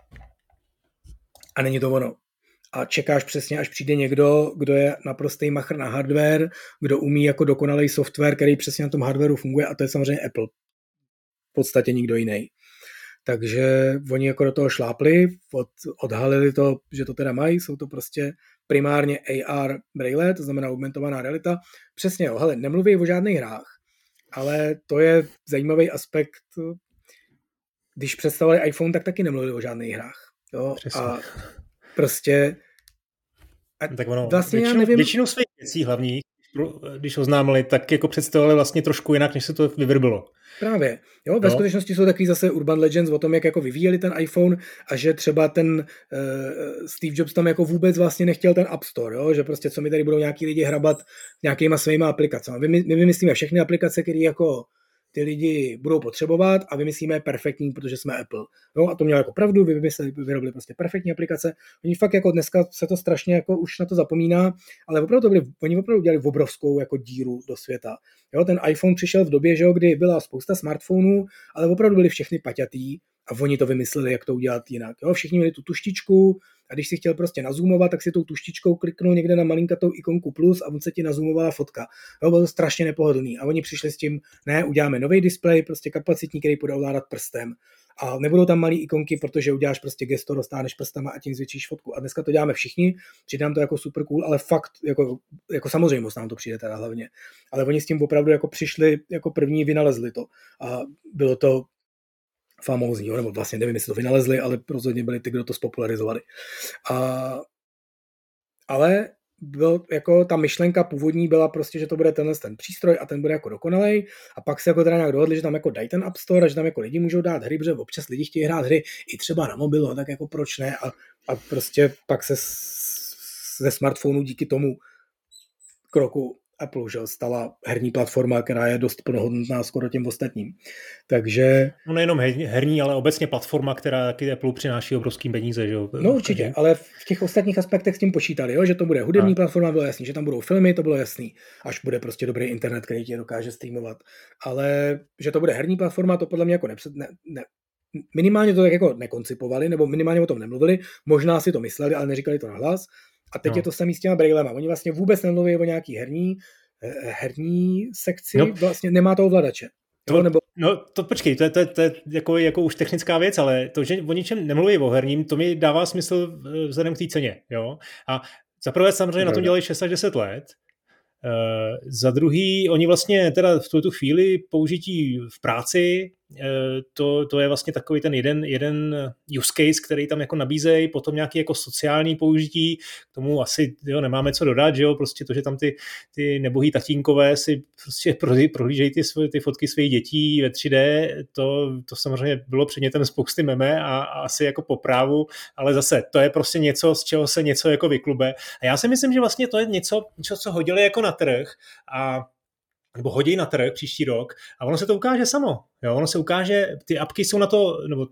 a není to ono. A čekáš přesně, až přijde někdo, kdo je naprostý machr na hardware, kdo umí jako dokonalý software, který přesně na tom hardwareu funguje a to je samozřejmě Apple. V podstatě nikdo jiný. Takže oni jako do toho šlápli, odhalili to, že to teda mají, jsou to prostě primárně AR braille, to znamená augmentovaná realita. Přesně, jo, hele, nemluví o žádných hrách, ale to je zajímavý aspekt. Když představili iPhone, tak taky nemluvili o žádných hrách. Jo? A prostě Tak ono, vlastně já nevím... většinu svých věcí hlavních, když oznámili, tak jako představovali vlastně trošku jinak, než se to vyvrbilo. Právě. Jo, ve skutečnosti jsou takový zase urban legends o tom, jak jako vyvíjeli ten iPhone a že třeba ten Steve Jobs tam jako vůbec vlastně nechtěl ten App Store, jo? Že prostě co mi tady budou nějaký lidi hrabat nějakýma svýma aplikacemi. My vymyslíme všechny aplikace, které jako ty lidi budou potřebovat a vymyslíme perfektní, protože jsme Apple. No a to mělo jako pravdu, vyrobili prostě perfektní aplikace. Oni fakt jako dneska se to strašně jako už na to zapomíná, ale oni opravdu udělali obrovskou jako díru do světa. Jo, ten iPhone přišel v době, že jo, kdy byla spousta smartphonů, ale opravdu byli všechny paťatý a oni to vymysleli, jak to udělat jinak. Jo, všichni měli tu tuštičku a když si chtěl prostě nazoomovat, tak si tou tuštičkou kliknul někde na malinkatou ikonku plus a on se ti nazoomovala fotka. Jo, bylo to strašně nepohodlný a oni přišli s tím, ne, uděláme nový displej, prostě kapacitní, který bude ovládat prstem. A nebudou tam malý ikonky, protože uděláš prostě gesto, dostáneš prstama a tím zvětšíš fotku. A dneska to děláme všichni, přijde nám to jako super cool, ale fakt, jako samozřejmost nám to přijde teda hlavně. Ale oni s tím opravdu jako přišli, jako první vynalezli to. A bylo to famózní, nebo vlastně nevím, jestli to vynalezli, ale rozhodně byli ty, kdo to spopularizovali. Ale byl, jako ta myšlenka původní byla prostě, že to bude ten přístroj a ten bude jako dokonalej a pak se jako teda nějak dohodli, že tam jako dají ten App Store a že tam jako lidi můžou dát hry, protože občas lidi chtějí hrát hry i třeba na mobilu, tak jako proč ne a prostě pak se ze smartphonu díky tomu kroku Apple, že stala herní platforma, která je dost plnohodnotná skoro těm ostatním. Takže... No nejenom herní, ale obecně platforma, která taky Apple přináší obrovský peníze. Že jo? No určitě, ale v těch ostatních aspektech s tím počítali, jo? Že to bude hudební platforma, bylo jasný, že tam budou filmy, to bylo jasný, až bude prostě dobrý internet, který tě dokáže streamovat. Ale že to bude herní platforma, to podle mě jako minimálně to tak jako nekoncipovali, nebo minimálně o tom nemluvili, možná si to mysleli, ale neříkali to nahlas. A teď je to samý s těma brailema. Oni vlastně vůbec nemluví o nějaký herní sekci, vlastně nemá to ovladače. To počkej, to je jako už technická věc, ale to, že o ničem nemluví o herním, to mi dává smysl vzhledem k té ceně. Jo? A zaprvé samozřejmě na tom dělají 6 až 10 let. Za druhý, oni vlastně teda v tuto chvíli použití v práci, to je vlastně takový ten jeden use case, který tam jako nabízejí, potom nějaký jako sociální použití, k tomu asi nemáme co dodat, že jo, prostě to, že tam ty nebohý tatínkové si prostě prohlížejí ty fotky svých dětí ve 3D, to samozřejmě bylo předmětem spousty meme a asi jako po právu, ale zase to je prostě něco, z čeho se něco jako vyklube. A já si myslím, že vlastně to je něco, co hodili jako na trh nebo hodí na trh příští rok a ono se to ukáže samo. Jo? Ono se ukáže, ty apky jsou na to, nebo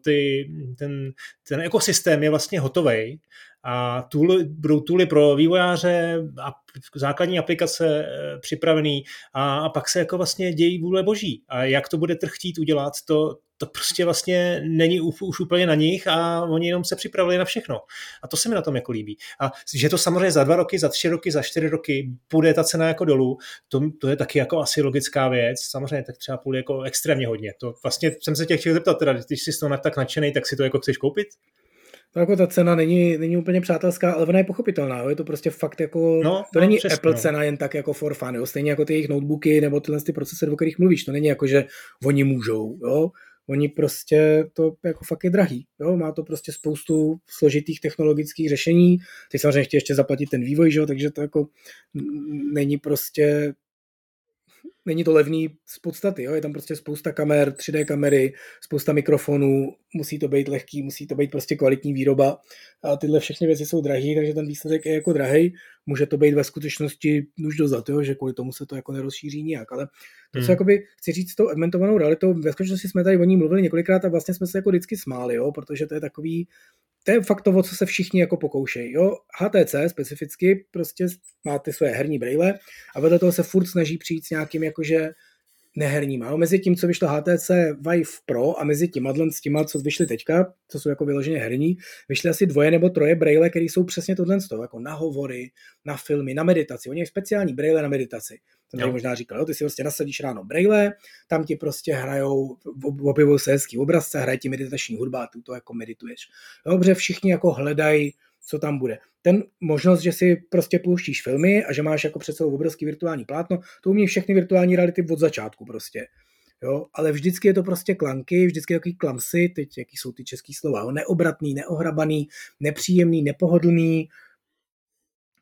ten ekosystém je vlastně hotovej a budou tooly pro vývojáře a základní aplikace připravený a pak se jako vlastně dějí vůle boží. A jak to bude trh chtít udělat, to prostě vlastně není už úplně na nich a oni jenom se připravili na všechno. A to se mi na tom jako líbí. A že to samozřejmě za 2 roky, za 3 roky, za 4 roky bude ta cena jako dolů, to je taky jako asi logická věc. Samozřejmě tak třeba půl jako extrémně hodně. To vlastně jsem se tě chtěl zeptat, teda, když jsi z toho tak nadšenej, tak si to jako chceš koupit? To jako ta cena není úplně přátelská, ale ona je pochopitelná. Jo? Je to prostě fakt jako... to není přesně, Apple cena jen tak jako for fun. Jo? Stejně jako ty jejich notebooky nebo tyhle procesory, o kterých mluvíš. To není jako, že oni můžou. Jo? Oni prostě to jako fakt je drahý. Jo? Má to prostě spoustu složitých technologických řešení. Ty samozřejmě chtějí ještě zaplatit ten vývoj, že? Takže to jako není to levný z podstaty, jo? Je tam prostě spousta kamer, 3D kamery, spousta mikrofonů, musí to být lehký, musí to být prostě kvalitní výroba a tyhle všechny věci jsou drahý, takže ten výsledek je jako drahej. Může to být ve skutečnosti už dozad, jo? Že kvůli tomu se to jako nerozšíří nijak, ale to, co jakoby chci říct s tou augmentovanou realitou, ve skutečnosti jsme tady o ní mluvili několikrát a vlastně jsme se jako vždycky smáli, jo? Protože to je takový, to je fakt to, o co se všichni jako pokoušejí. Jo? HTC specificky prostě má ty své herní brejle a vedle toho se furt snaží přijít s nějakým jakože neherníma. Jo? Mezi tím, co vyšlo HTC Vive Pro a mezi s těma, co vyšly teďka, co jsou jako vyloženě herní, vyšly asi 2 nebo 3 brejle, které jsou přesně tohle, jako na hovory, na filmy, na meditaci. Oni mají speciální brejle na meditaci. To tady možná říkal, jo? Ty si prostě nasadíš ráno brejle, tam ti prostě hrajou, objevují se hezký obrazce, hraje ti meditační hudba, ty to jako medituješ. Dobře, všichni jako hledají, co tam bude. Ten možnost, že si prostě pouštíš filmy a že máš jako před sebou obrovský virtuální plátno, to umí všechny virtuální reality od začátku prostě. Jo, ale vždycky je to prostě klanky, vždycky takový klamsy, teď jaký jsou ty český slova, jo? Neobratný, neohrabaný, nepříjemný, nepohodlný.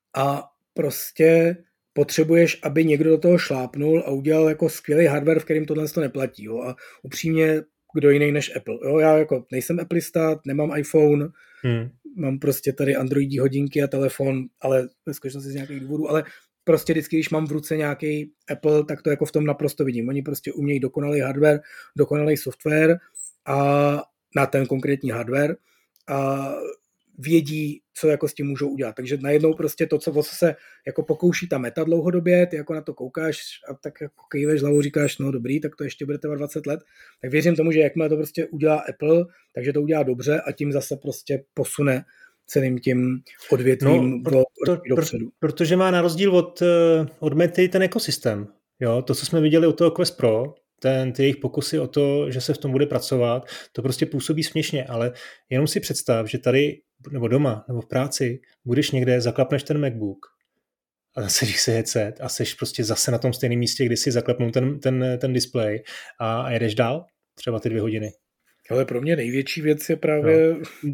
a prostě potřebuješ, aby někdo do toho šlápnul a udělal jako skvělý hardware, v kterým tohle to neplatí. Jo? A upřímně, kdo jiný než Apple. Jo? Já jako nejsem Appleista, nemám iPhone, mám prostě tady Androidí hodinky a telefon, ale ve skutečnosti z nějakých důvodů, ale prostě vždycky, když mám v ruce nějaký Apple, tak to jako v tom naprosto vidím. Oni prostě umějí dokonalý hardware, dokonalý software a na ten konkrétní hardware a vědí, co jako s tím můžou udělat. Takže najednou prostě to, co se jako pokouší ta Meta dlouhodobě, ty jako na to koukáš a tak jako kejveš hlavou, říkáš, no dobrý, tak to ještě bude trvat 20 let, tak věřím tomu, že jakmile to prostě udělá Apple, takže to udělá dobře a tím zase prostě posune celým tím odvětvím dopředu. Protože má na rozdíl od Mety ten ekosystém. Jo? To, co jsme viděli u toho Quest Pro, ty jejich pokusy o to, že se v tom bude pracovat, to prostě působí směšně, ale jenom si představ, že tady, nebo doma, nebo v práci, budeš někde, zaklapneš ten MacBook a zasadíš si headset a seš prostě zase na tom stejném místě, kdy si zaklepnul ten display a jedeš dál, třeba ty 2 hodiny. Ale pro mě největší věc je právě... No.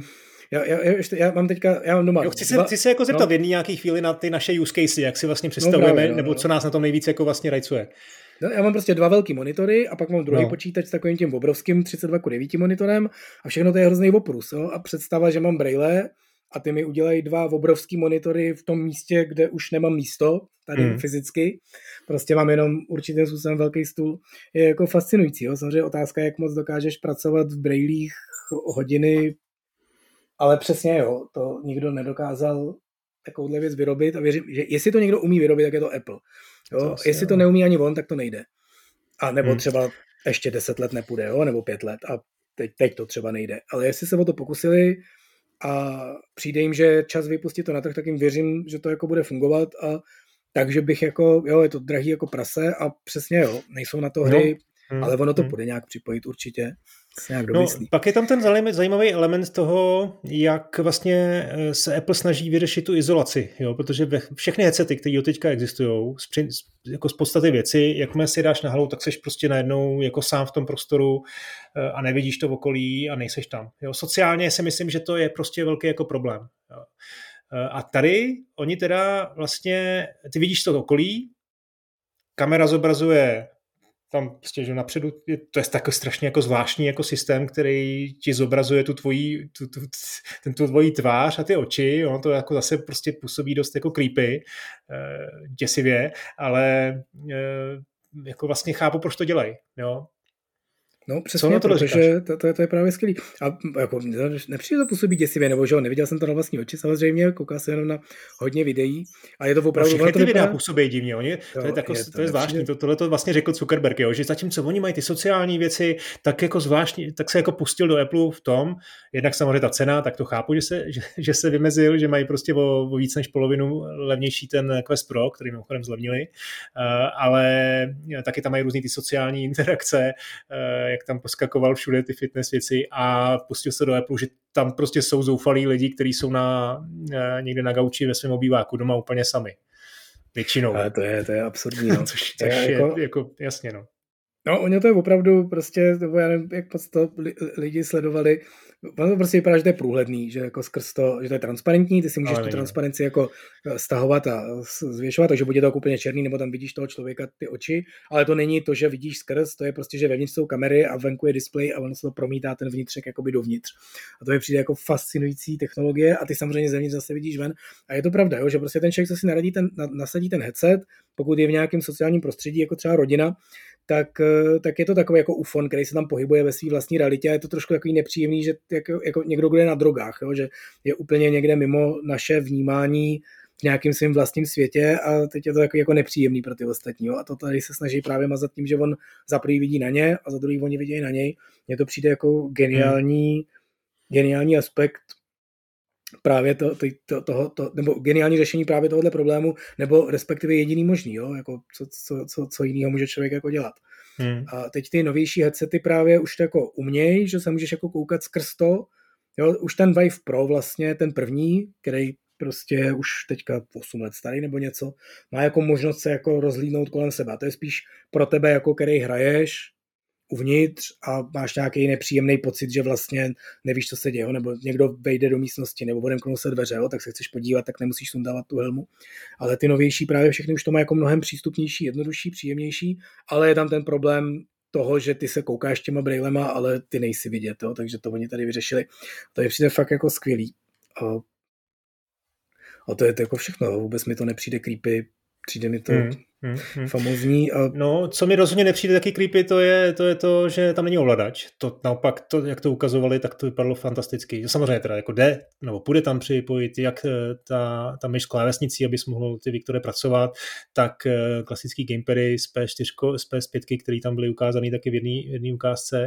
Já mám doma... Jo, chci se jako zeptat v jedné nějaký chvíli na ty naše use casey, jak si vlastně představujeme, nebo co nás na tom nejvíc jako vlastně rajcuje. No, já mám prostě 2 velký monitory a pak mám druhý počítač s takovým tím obrovským 32:9 monitorem a všechno to je hrozný oprus. Jo? A představa, že mám brejle a ty mi udělají 2 obrovský monitory v tom místě, kde už nemám místo, tady fyzicky. Prostě mám jenom určitým způsobem velký stůl. Je jako fascinující. Jo? Samozřejmě otázka, jak moc dokážeš pracovat v brejlích hodiny, ale přesně jo, to nikdo nedokázal takovouhle věc vyrobit a věřím, že jestli to někdo umí vyrobit, tak je to Apple. Jo? Jestli to neumí ani on, tak to nejde. A nebo třeba ještě 10 let nepůjde, jo? Nebo 5 let a teď to třeba nejde. Ale jestli se o to pokusili a přijde jim, že čas vypustit to na trh, tak jim věřím, že to jako bude fungovat a takže bych jako, jo, je to drahý jako prase a přesně jo, nejsou na to hry, ale ono to bude nějak připojit určitě. Pak je tam ten zajímavý element toho, jak vlastně se Apple snaží vyřešit tu izolaci, jo? Protože všechny headsety, které teďka existují, jako z podstaty věci, jakmile si dáš na hlavu, tak seš prostě najednou jako sám v tom prostoru a nevidíš to v okolí a nejseš tam. Jo? Sociálně si myslím, že to je prostě velký jako problém. Jo? A tady oni teda vlastně, ty vidíš to okolí, kamera zobrazuje tam prostě, že napředu, to je takový strašně jako zvláštní jako systém, který ti zobrazuje tu tvoji tvář a ty oči, jo, to jako zase prostě působí dost jako creepy, děsivě, ale jako vlastně chápu, proč to dělají, jo. No přesně, protože to je právě skvělý. A jako nepřijde to působí děsivě, nebo že neviděl jsem to na vlastní oči samozřejmě, koukal jsem jenom na hodně videí a je to opravdu... No, všechny ty videa působí divně, to je zvláštní, tohle to vlastně řekl Zuckerberg, jo, že zatímco oni mají ty sociální věci, tak jako zvláštní, tak se jako pustil do Apple v tom, jednak samozřejmě ta cena, tak to chápu, že se vymezil, že mají prostě o víc než polovinu levnější ten Quest Pro, který mimochodem zlevnili, ale taky tam mají různý ty sociální interakce, jak tam poskakoval všude ty fitness věci a pustil se do Apple, že tam prostě jsou zoufalí lidi, kteří jsou někde na gauči ve svém obýváku doma úplně sami. Většinou. Ale to je absurdní. No. což je jako jasně, no. No, ono to je opravdu prostě, nebo já nevím, jak moc to lidi sledovali, ono to prostě vypadá, že to je průhledný, že jako skrz to, že to je transparentní, ty si můžeš tu transparenci jako stahovat a zvětšovat, takže bude to jako úplně černý, nebo tam vidíš toho člověka ty oči, ale to není to, že vidíš skrz, to je prostě, že vevnitř jsou kamery a venku je displej a ono se to promítá ten vnitřek jakoby dovnitř. A to je přijde jako fascinující technologie a ty samozřejmě zevnitř zase vidíš ven. A je to pravda, jo, že prostě ten člověk, co si nasadí ten headset, pokud je v nějakém sociálním prostředí, jako třeba rodina, tak je to takový jako ufon, který se tam pohybuje ve své vlastní realitě a je to trošku takový nepříjemný, že jako někdo, kdo je na drogách, jo, že je úplně někde mimo naše vnímání v nějakém svém vlastním světě a teď je to jako nepříjemný pro ty ostatní. Jo. A to tady se snaží právě mazat tím, že on za prvý vidí na ně a za druhý oni vidí na něj. Mně to přijde jako geniální aspekt právě nebo geniální řešení právě tohoto problému, nebo respektive jediný možný, jo? Jako co jiného může člověk jako dělat. A teď ty novější headsety právě už to jako umějí, že se můžeš jako koukat skrz to, jo? Už ten Vive Pro vlastně, ten první, který prostě už teďka 8 let starý nebo něco, má jako možnost se jako rozhlídnout kolem sebe. To je spíš pro tebe, jako který hraješ, uvnitř a máš nějaký nepříjemný pocit, že vlastně nevíš, co se děje, nebo někdo vejde do místnosti, nebo odemknou se dveře, tak se chceš podívat, tak nemusíš sundávat tu helmu. Ale ty novější právě všechny už to má jako mnohem přístupnější, jednodušší, příjemnější, ale je tam ten problém toho, že ty se koukáš těma brejlema, ale ty nejsi vidět, takže to oni tady vyřešili. To je přijde fakt jako skvělý. A to je to jako všechno, vůbec mi to nepřijde creepy, přijde mi to famózní. No, co mi rozhodně nepřijde taky creepy, to je to, že tam není ovladač. To naopak, to, jak to ukazovali, tak to vypadalo fantasticky. Samozřejmě teda jako jde, nebo půjde tam připojit jak ta myš s klávesnicí, abys mohl ty Viktore pracovat, tak klasický gamepady z P4, z PS5, který tam byly ukázaný taky v jedné ukázce.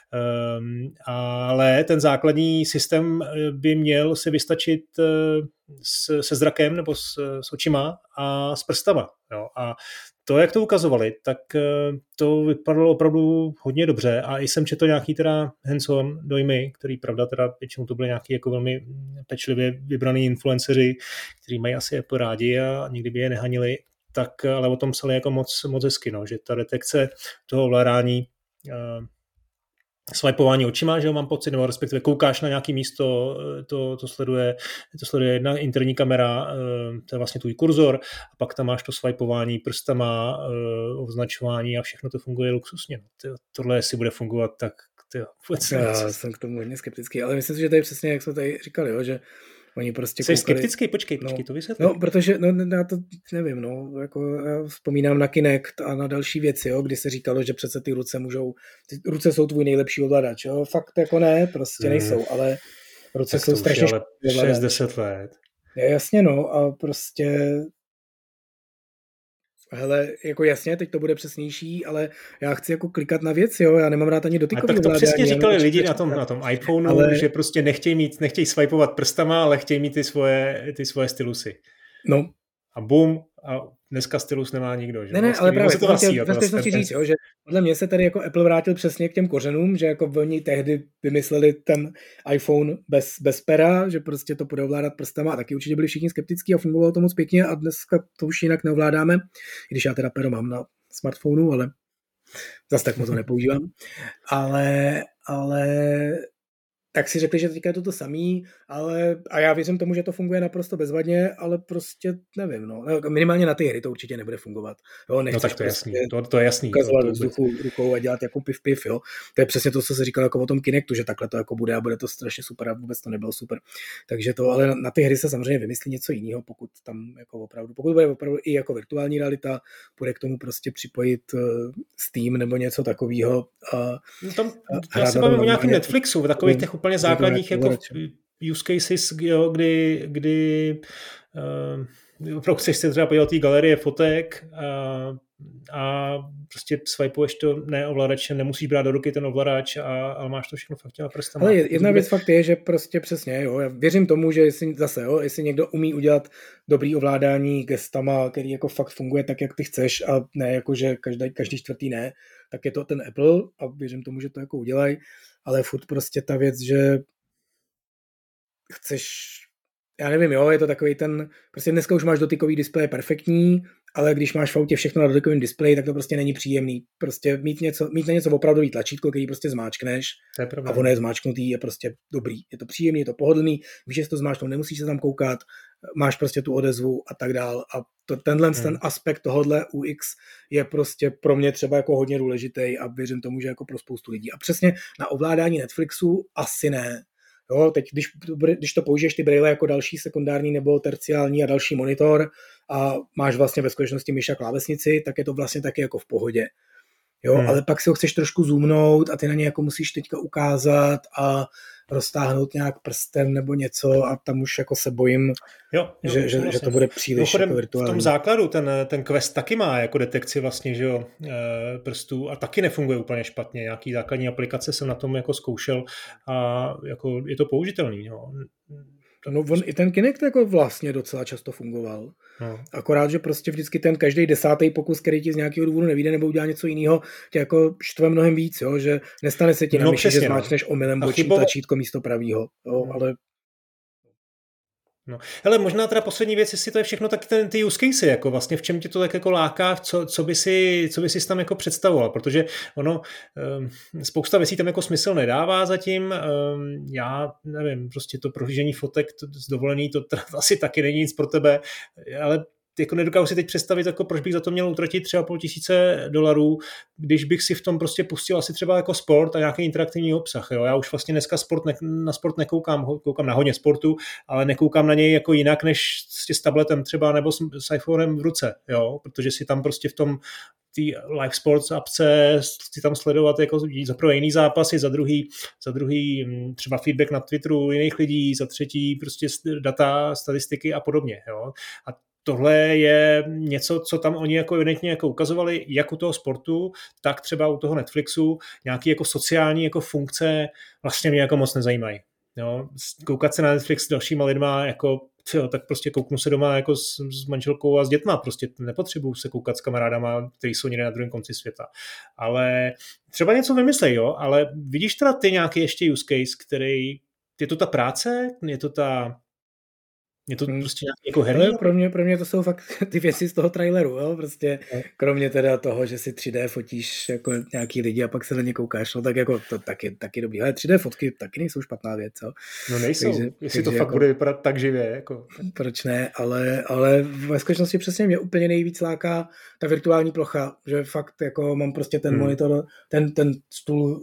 Ale ten základní systém by měl se vystačit se zrakem nebo s očima a s prstama. Jo. A to, jak to ukazovali, tak to vypadalo opravdu hodně dobře a i jsem četl nějaký teda hands-on dojmy, který pravda teda většinou to byly nějaký jako velmi pečlivě vybraný influenceři, kteří mají asi Apple rádi a nikdy by je nehanili, tak ale o tom psali jako moc hezky, no, že ta detekce toho ovládání swipeování očima, že jo, mám pocit, nebo respektive koukáš na nějaké místo, to sleduje jedna interní kamera, to je vlastně tvůj kurzor, a pak tam máš to swipeování prstama, označování a všechno to funguje luxusně. Tohle, jestli bude fungovat, tak vůbec já jsem k tomu hodně skeptický, ale myslím si, že to je přesně, jak jsme tady říkali, jo, že oni prostě jsi skeptický? Počkej, to vysvětli. No, protože, já to nevím, jako já vzpomínám na Kinect a na další věci, jo, kdy se říkalo, že přece ty ruce jsou tvůj nejlepší ovladač, jo, fakt jako ne, prostě nejsou, ale ruce jsou strašně 6-10 let. Je, jasně, a prostě hele, jako jasně, teď to bude přesnější, ale já chci jako klikat na věci, jo, já nemám rád ani dotykový ovládání. Tak to přesně říkali lidi na tom iPhoneu, ale že prostě nechtějí swipeovat prstama, ale chtějí mít ty svoje stylusy. No. A bum, a dneska stylus nemá nikdo. Že? Ne, vlastně ale právě to ve skutečnosti říct, jo, že podle mě se tady jako Apple vrátil přesně k těm kořenům, že jako oni tehdy vymysleli ten iPhone bez pera, že prostě to bude ovládat prstama a taky určitě byli všichni skeptický a fungovalo to moc pěkně a dneska to už jinak neovládáme, i když já teda pero mám na smartphonu, ale zase tak moc to nepoužívám. Ale tak si řekli, že teďka je to samý, a já věřím tomu, že to funguje naprosto bezvadně, ale prostě nevím, minimálně na ty hry to určitě nebude fungovat. Jo, no tak to je jasný, to je jasný. Ukazovat vzduchu rukou a dělat jako piv, jo. To je přesně to, co se říkalo jako o tom Kinectu, že takhle to jako bude a bude to strašně super a vůbec to nebylo super. Takže to, ale na ty hry se samozřejmě vymyslí něco jiného, pokud tam jako pokud bude opravdu i jako virtuální realita, bude k tomu prostě připojit Steam nebo něco takového. Já se bavím o nějakém Netflixu, v takových těch úplně základních jako use cases, jo, kdy opravdu chceš se třeba podívat té galerie fotek a prostě swipeuješ to ovladačem, nemusíš brát do ruky ten ovladač, ale máš to všechno fakt těma prstama. Ale jedna věc fakt je, že prostě přesně, jo, já věřím tomu, že jestli někdo umí udělat dobrý ovládání gestama, který jako fakt funguje tak, jak ty chceš a ne jako, že každý čtvrtý ne, tak je to ten Apple a věřím tomu, že to jako udělají, ale furt prostě ta věc, že chceš, já nevím, jo, je to takový prostě dneska už máš dotykový displej perfektní, ale když máš v autě všechno na dotykovém displeji, tak to prostě není příjemný. Prostě mít na něco opravdový tlačítko, který prostě zmáčkneš a ono je zmáčknutý, je prostě dobrý. Je to příjemný, je to pohodlný, víš, že si to zmáčknout, nemusíš se tam koukat, máš prostě tu odezvu a tak dál. A ten aspekt tohodle UX je prostě pro mě třeba jako hodně důležitý a věřím tomu, že jako pro spoustu lidí. A přesně na ovládání Netflixu asi ne. Jo, teď, když to použiješ ty brýle jako další sekundární nebo terciální a další monitor a máš vlastně ve skutečnosti myš a klávesnici, tak je to vlastně taky jako v pohodě. Jo, ale pak si ho chceš trošku zoomnout a ty na ně jako musíš teďka ukázat a roztáhnout nějak prstem nebo něco a tam už jako se bojím, že to bude příliš jako virtuální. V tom základu ten Quest taky má jako detekci vlastně, že jo, prstů a taky nefunguje úplně špatně. Nějaký základní aplikace jsem na tom jako zkoušel a jako je to použitelný. Jo. No i ten Kinect jako vlastně docela často fungoval. Akorát, že prostě vždycky ten každý 10. pokus, který ti z nějakého důvodu nevyjde nebo udělá něco jiného, tě jako štve mnohem víc, jo? Že nestane se ti na myši, že zmáčneš omylem bočí tlačítko místo pravýho. Jo? Ale No. Hele, možná teda poslední věc, jestli to je všechno taky ty use case, jako vlastně v čem tě to tak jako láká, co by si tam jako představoval, protože ono, spousta věcí tam jako smysl nedává zatím, já nevím, prostě to prohlížení fotek z dovolený, to asi taky není nic pro tebe, ale jako nedokážu si teď představit, jako proč bych za to měl utratit $3,500, když bych si v tom prostě pustil asi třeba jako sport a nějaký interaktivní obsah. Jo? Já už vlastně dneska na sport nekoukám, koukám na hodně sportu, ale nekoukám na něj jako jinak než s tabletem třeba nebo s iPhonem v ruce, jo? Protože si tam prostě v tom ty live sports apce si tam sledovat jako za prvé jiný zápasy, za druhý třeba feedback na Twitteru jiných lidí, za třetí prostě data, statistiky a podobně. Jo? A tohle je něco, co tam oni jako evidentně jako ukazovali, jak u toho sportu, tak třeba u toho Netflixu, nějaké jako sociální jako funkce vlastně mě jako moc nezajímají. Jo? Koukat se na Netflix s dalšíma lidma, jako, tak prostě kouknu se doma jako s manželkou a s dětma, prostě nepotřebuju se koukat s kamarádama, kteří jsou někde na druhém konci světa. Ale třeba něco vymyslej, jo? Ale vidíš teda ty nějaký ještě use case, který, je to ta práce, je to prostě jako herní? Pro mě to jsou fakt ty věci z toho traileru, jo? Prostě kromě teda toho, že si 3D fotíš jako nějaký lidi a pak se na ně koukáš, no tak jako to taky dobrý. Ale 3D fotky taky nejsou špatná věc, jo? No nejsou, jestli to fakt jako, bude vypadat tak živě, jako. Proč ne, ale ve skutečnosti přesně mě úplně nejvíc láká ta virtuální plocha, že fakt jako mám prostě ten monitor, ten stůl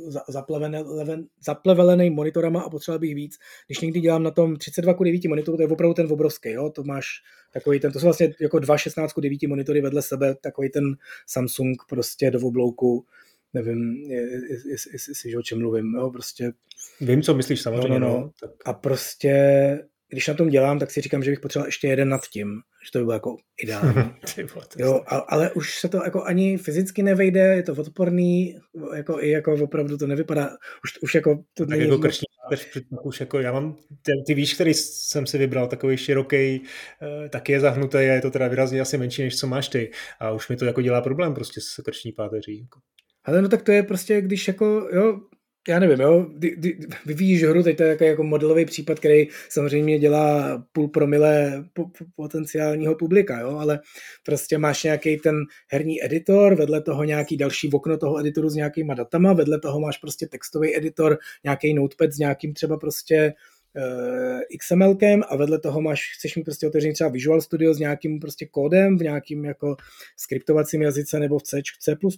zaplevelený monitorama a potřeboval bych víc. Když někdy dělám na tom 32:9 monitoru, to je opravdu ten obrovský, jo, to máš takový ten, to jsou vlastně jako 2 16:9 monitory vedle sebe, takový ten Samsung prostě do oblouku, nevím, jestli o čem mluvím, jo, prostě. Vím, co myslíš samozřejmě, no. A prostě, když na tom dělám, tak si říkám, že bych potřeboval ještě jeden nad tím, že to by bylo jako ideální. Jo, ale už se to jako ani fyzicky nevejde, je to odporný, jako i jako opravdu to nevypadá, už jako to tak jako krční páteř, už jako já mám, ty víš, který jsem si vybral, takový široký, taky je zahnutý a je to teda výrazně asi menší, než co máš ty. A už mi to jako dělá problém prostě s krční páteří. Jako. Ale no tak to je prostě, když jako, jo, já nevím, jo, vyvíjíš hru, teď to je jako modelový případ, který samozřejmě dělá 0,5 promile potenciálního publika, jo, ale prostě máš nějaký ten herní editor, vedle toho nějaký další okno toho editoru s nějakýma datama, vedle toho máš prostě textový editor, nějaký notepad s nějakým třeba prostě XMLkem a vedle toho chceš mít prostě otevřený třeba Visual Studio s nějakým prostě kódem v nějakým jako skriptovacím jazyce nebo v C++,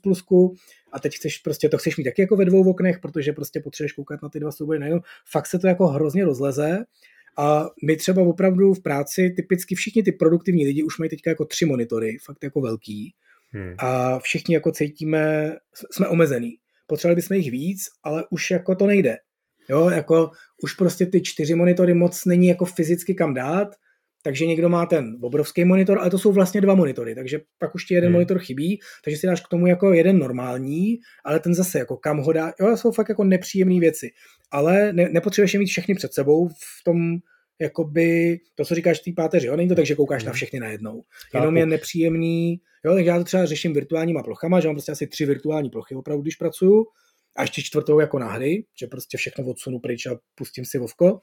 a teď chceš mít taky jako ve 2 oknech, protože prostě potřebuješ koukat na ty 2 soubory najednou. Fakt se to jako hrozně rozleze a my třeba opravdu v práci typicky všichni ty produktivní lidi už mají teďka jako 3 monitory, fakt jako velký a všichni jako cítíme, jsme omezený. Potřebovali bychom jich víc, ale už jako to nejde. Jo, jako už prostě ty 4 monitory moc není jako fyzicky kam dát, takže někdo má ten obrovský monitor, ale to jsou vlastně 2 monitory, takže pak už ti jeden monitor chybí, takže si dáš k tomu jako jeden normální, ale ten zase jako kam ho dá, jo, jsou fakt jako nepříjemné věci, ale nepotřebuješ je mít všechny před sebou v tom, jakoby, to, co říkáš v té páteři, jo, není to tak, že koukáš na všechny najednou, jenom je nepříjemný, jo, takže já to třeba řeším virtuálníma plochama, že mám prostě asi 3 virtuální plochy opravdu, když pracuju, a ještě 4. jako na hry, že prostě všechno odsunu pryč a pustím si Vovko,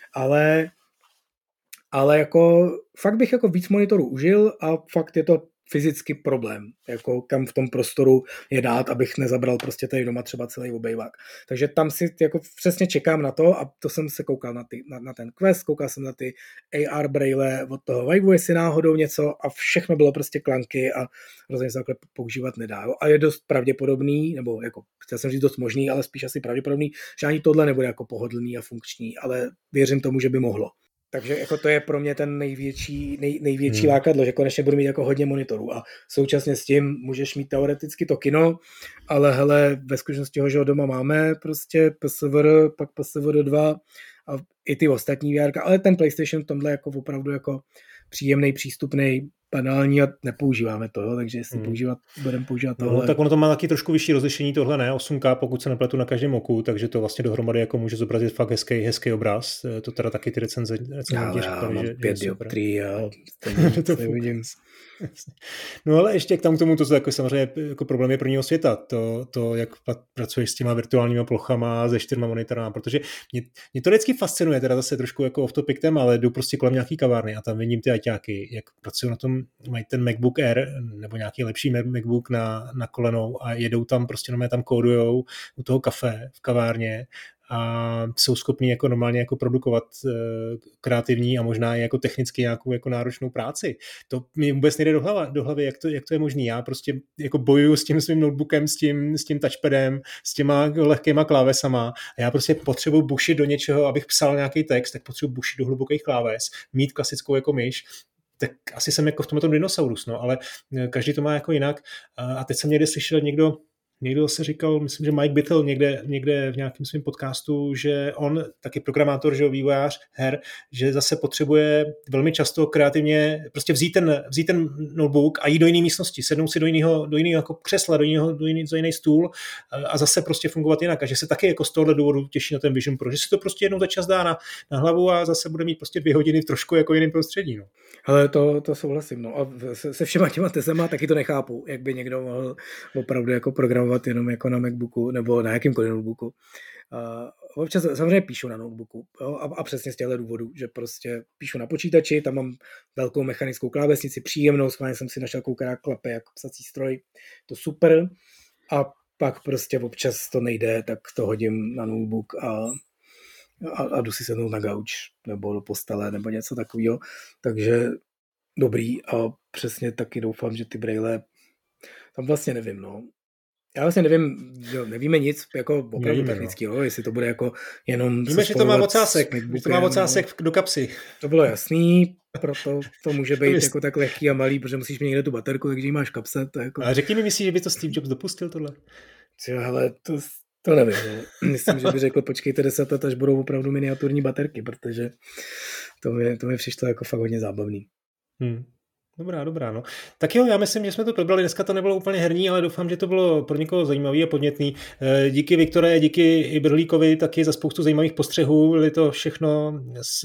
ale jako fakt bych jako víc monitorů užil a fakt je to fyzicky problém, jako kam v tom prostoru je dát, abych nezabral prostě tady doma třeba celý obejvák. Takže tam si jako přesně čekám na to a to jsem se koukal na ten Quest, koukal jsem na ty AR braille od toho Vive, jestli náhodou něco a všechno bylo prostě klanky a rozhodně se takhle používat nedá. Jo? A je dost pravděpodobný, nebo jako chtěl jsem říct dost možný, ale spíš asi pravděpodobný, že ani tohle nebude jako pohodlný a funkční, ale věřím tomu, že by mohlo. Takže jako to je pro mě ten největší lákadlo, že konečně budu mít jako hodně monitorů a současně s tím můžeš mít teoreticky to kino, ale hele, ve skutečnosti ho, že doma máme prostě PSVR, pak PSVR 2 a i ty ostatní VR, ale ten PlayStation v tomhle jako opravdu jako příjemný, přístupný, banální a nepoužíváme to, takže jestli budeme používat tohle. No, tak ono to má taky trošku vyšší rozlišení, tohle ne, 8K, pokud se nepletu na každém oku, takže to vlastně dohromady jako může zobrazit fakt hezký obraz. To teda taky ty recenzenti říkali, mám že 5 dioptrií a to nevidím. No ale ještě k tomu to jako samozřejmě jako problémy prvního světa, to jak pracuješ s těma virtuálníma plochama se 4 monitorama, protože mě to vždycky fascinuje, teda zase trošku jako off-topic téma, ale jdu prostě kolem nějaký kavárny a tam vidím ty ajťáky, jak pracují na tom, mají ten MacBook Air nebo nějaký lepší MacBook na kolenou a jedou tam prostě tam kódujou u toho kafe v kavárně a jsou schopní jako normálně jako produkovat kreativní a možná i jako technicky nějakou jako náročnou práci. To mi vůbec nejde do hlavy, jak to je možný. Já prostě jako bojuju s tím svým notebookem, s tím touchpadem, s těma lehkýma klávesama a já prostě potřebuji bušit do něčeho, abych psal nějaký text, tak potřebuji bušit do hlubokých kláves, mít klasickou jako myš, tak asi jsem jako v tomhle dinosaurus, no, ale každý to má jako jinak. A teď jsem někde slyšel někdo se říkal, myslím, že Mike Bittle někde v nějakém svém podcastu, že on, taky programátor, že vývojář her, že zase potřebuje velmi často kreativně prostě vzít ten notebook a jít do jiné místnosti, sednout si do jiného jako křesla, do jiný stůl a zase prostě fungovat jinak. A že se taky jako z tohohle důvodu těší na ten Vision Pro, že si to prostě jednou za čas dá na hlavu a zase bude mít prostě 2 hodiny v trošku jako jiném prostředí. No. Ale to souhlasím. No. A se všema těma tezema taky to nechápu, jak by někdo mohl opravdu jako programovat jenom jako na MacBooku nebo na jakýmkoliv notebooku. Občas samozřejmě píšu na notebooku, jo, a přesně z těchto důvodů, že prostě píšu na počítači, tam mám velkou mechanickou klávesnici, příjemnou, schválně jsem si našel která klape jako psací stroj, to super, a pak prostě občas to nejde, tak to hodím na notebook a jdu si sednout na gauč nebo do postele nebo něco takového, takže dobrý a přesně taky doufám, že ty braille tam vlastně nevím, no. Já vlastně nevíme nic jako opravdu technického, jestli to bude jako jenom... Víme, že to má ocásek do kapsy. To bylo jasný, proto to může být jako tak lehký a malý, protože musíš mít někde tu baterku, takže ji máš v kapse. To jako... A řekni mi, myslíš, že by to Steve Jobs dopustil tohle? Jo, hele, to nevím. No. Myslím, že by řekl, počkejte 10 let, až budou opravdu miniaturní baterky, protože to mi přišlo jako fakt hodně zábavný. Dobrá, no. Tak jo, já myslím, že jsme to probrali. Dneska to nebylo úplně herní, ale doufám, že to bylo pro někoho zajímavý a podnětný. Díky Viktore, díky i Brhlíkovi taky za spoustu zajímavých postřehů. Byly to všechno,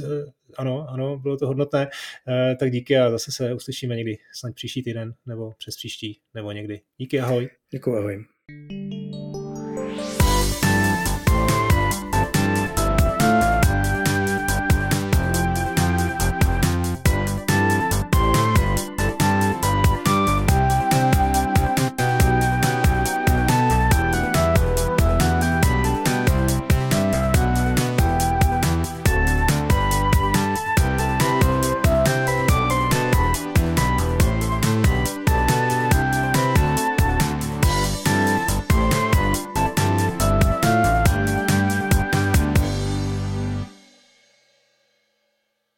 ano, bylo to hodnotné. Tak díky a zase se uslyšíme někdy snad příští týden, nebo přes příští, nebo někdy. Díky, ahoj. Děkuji, ahoj.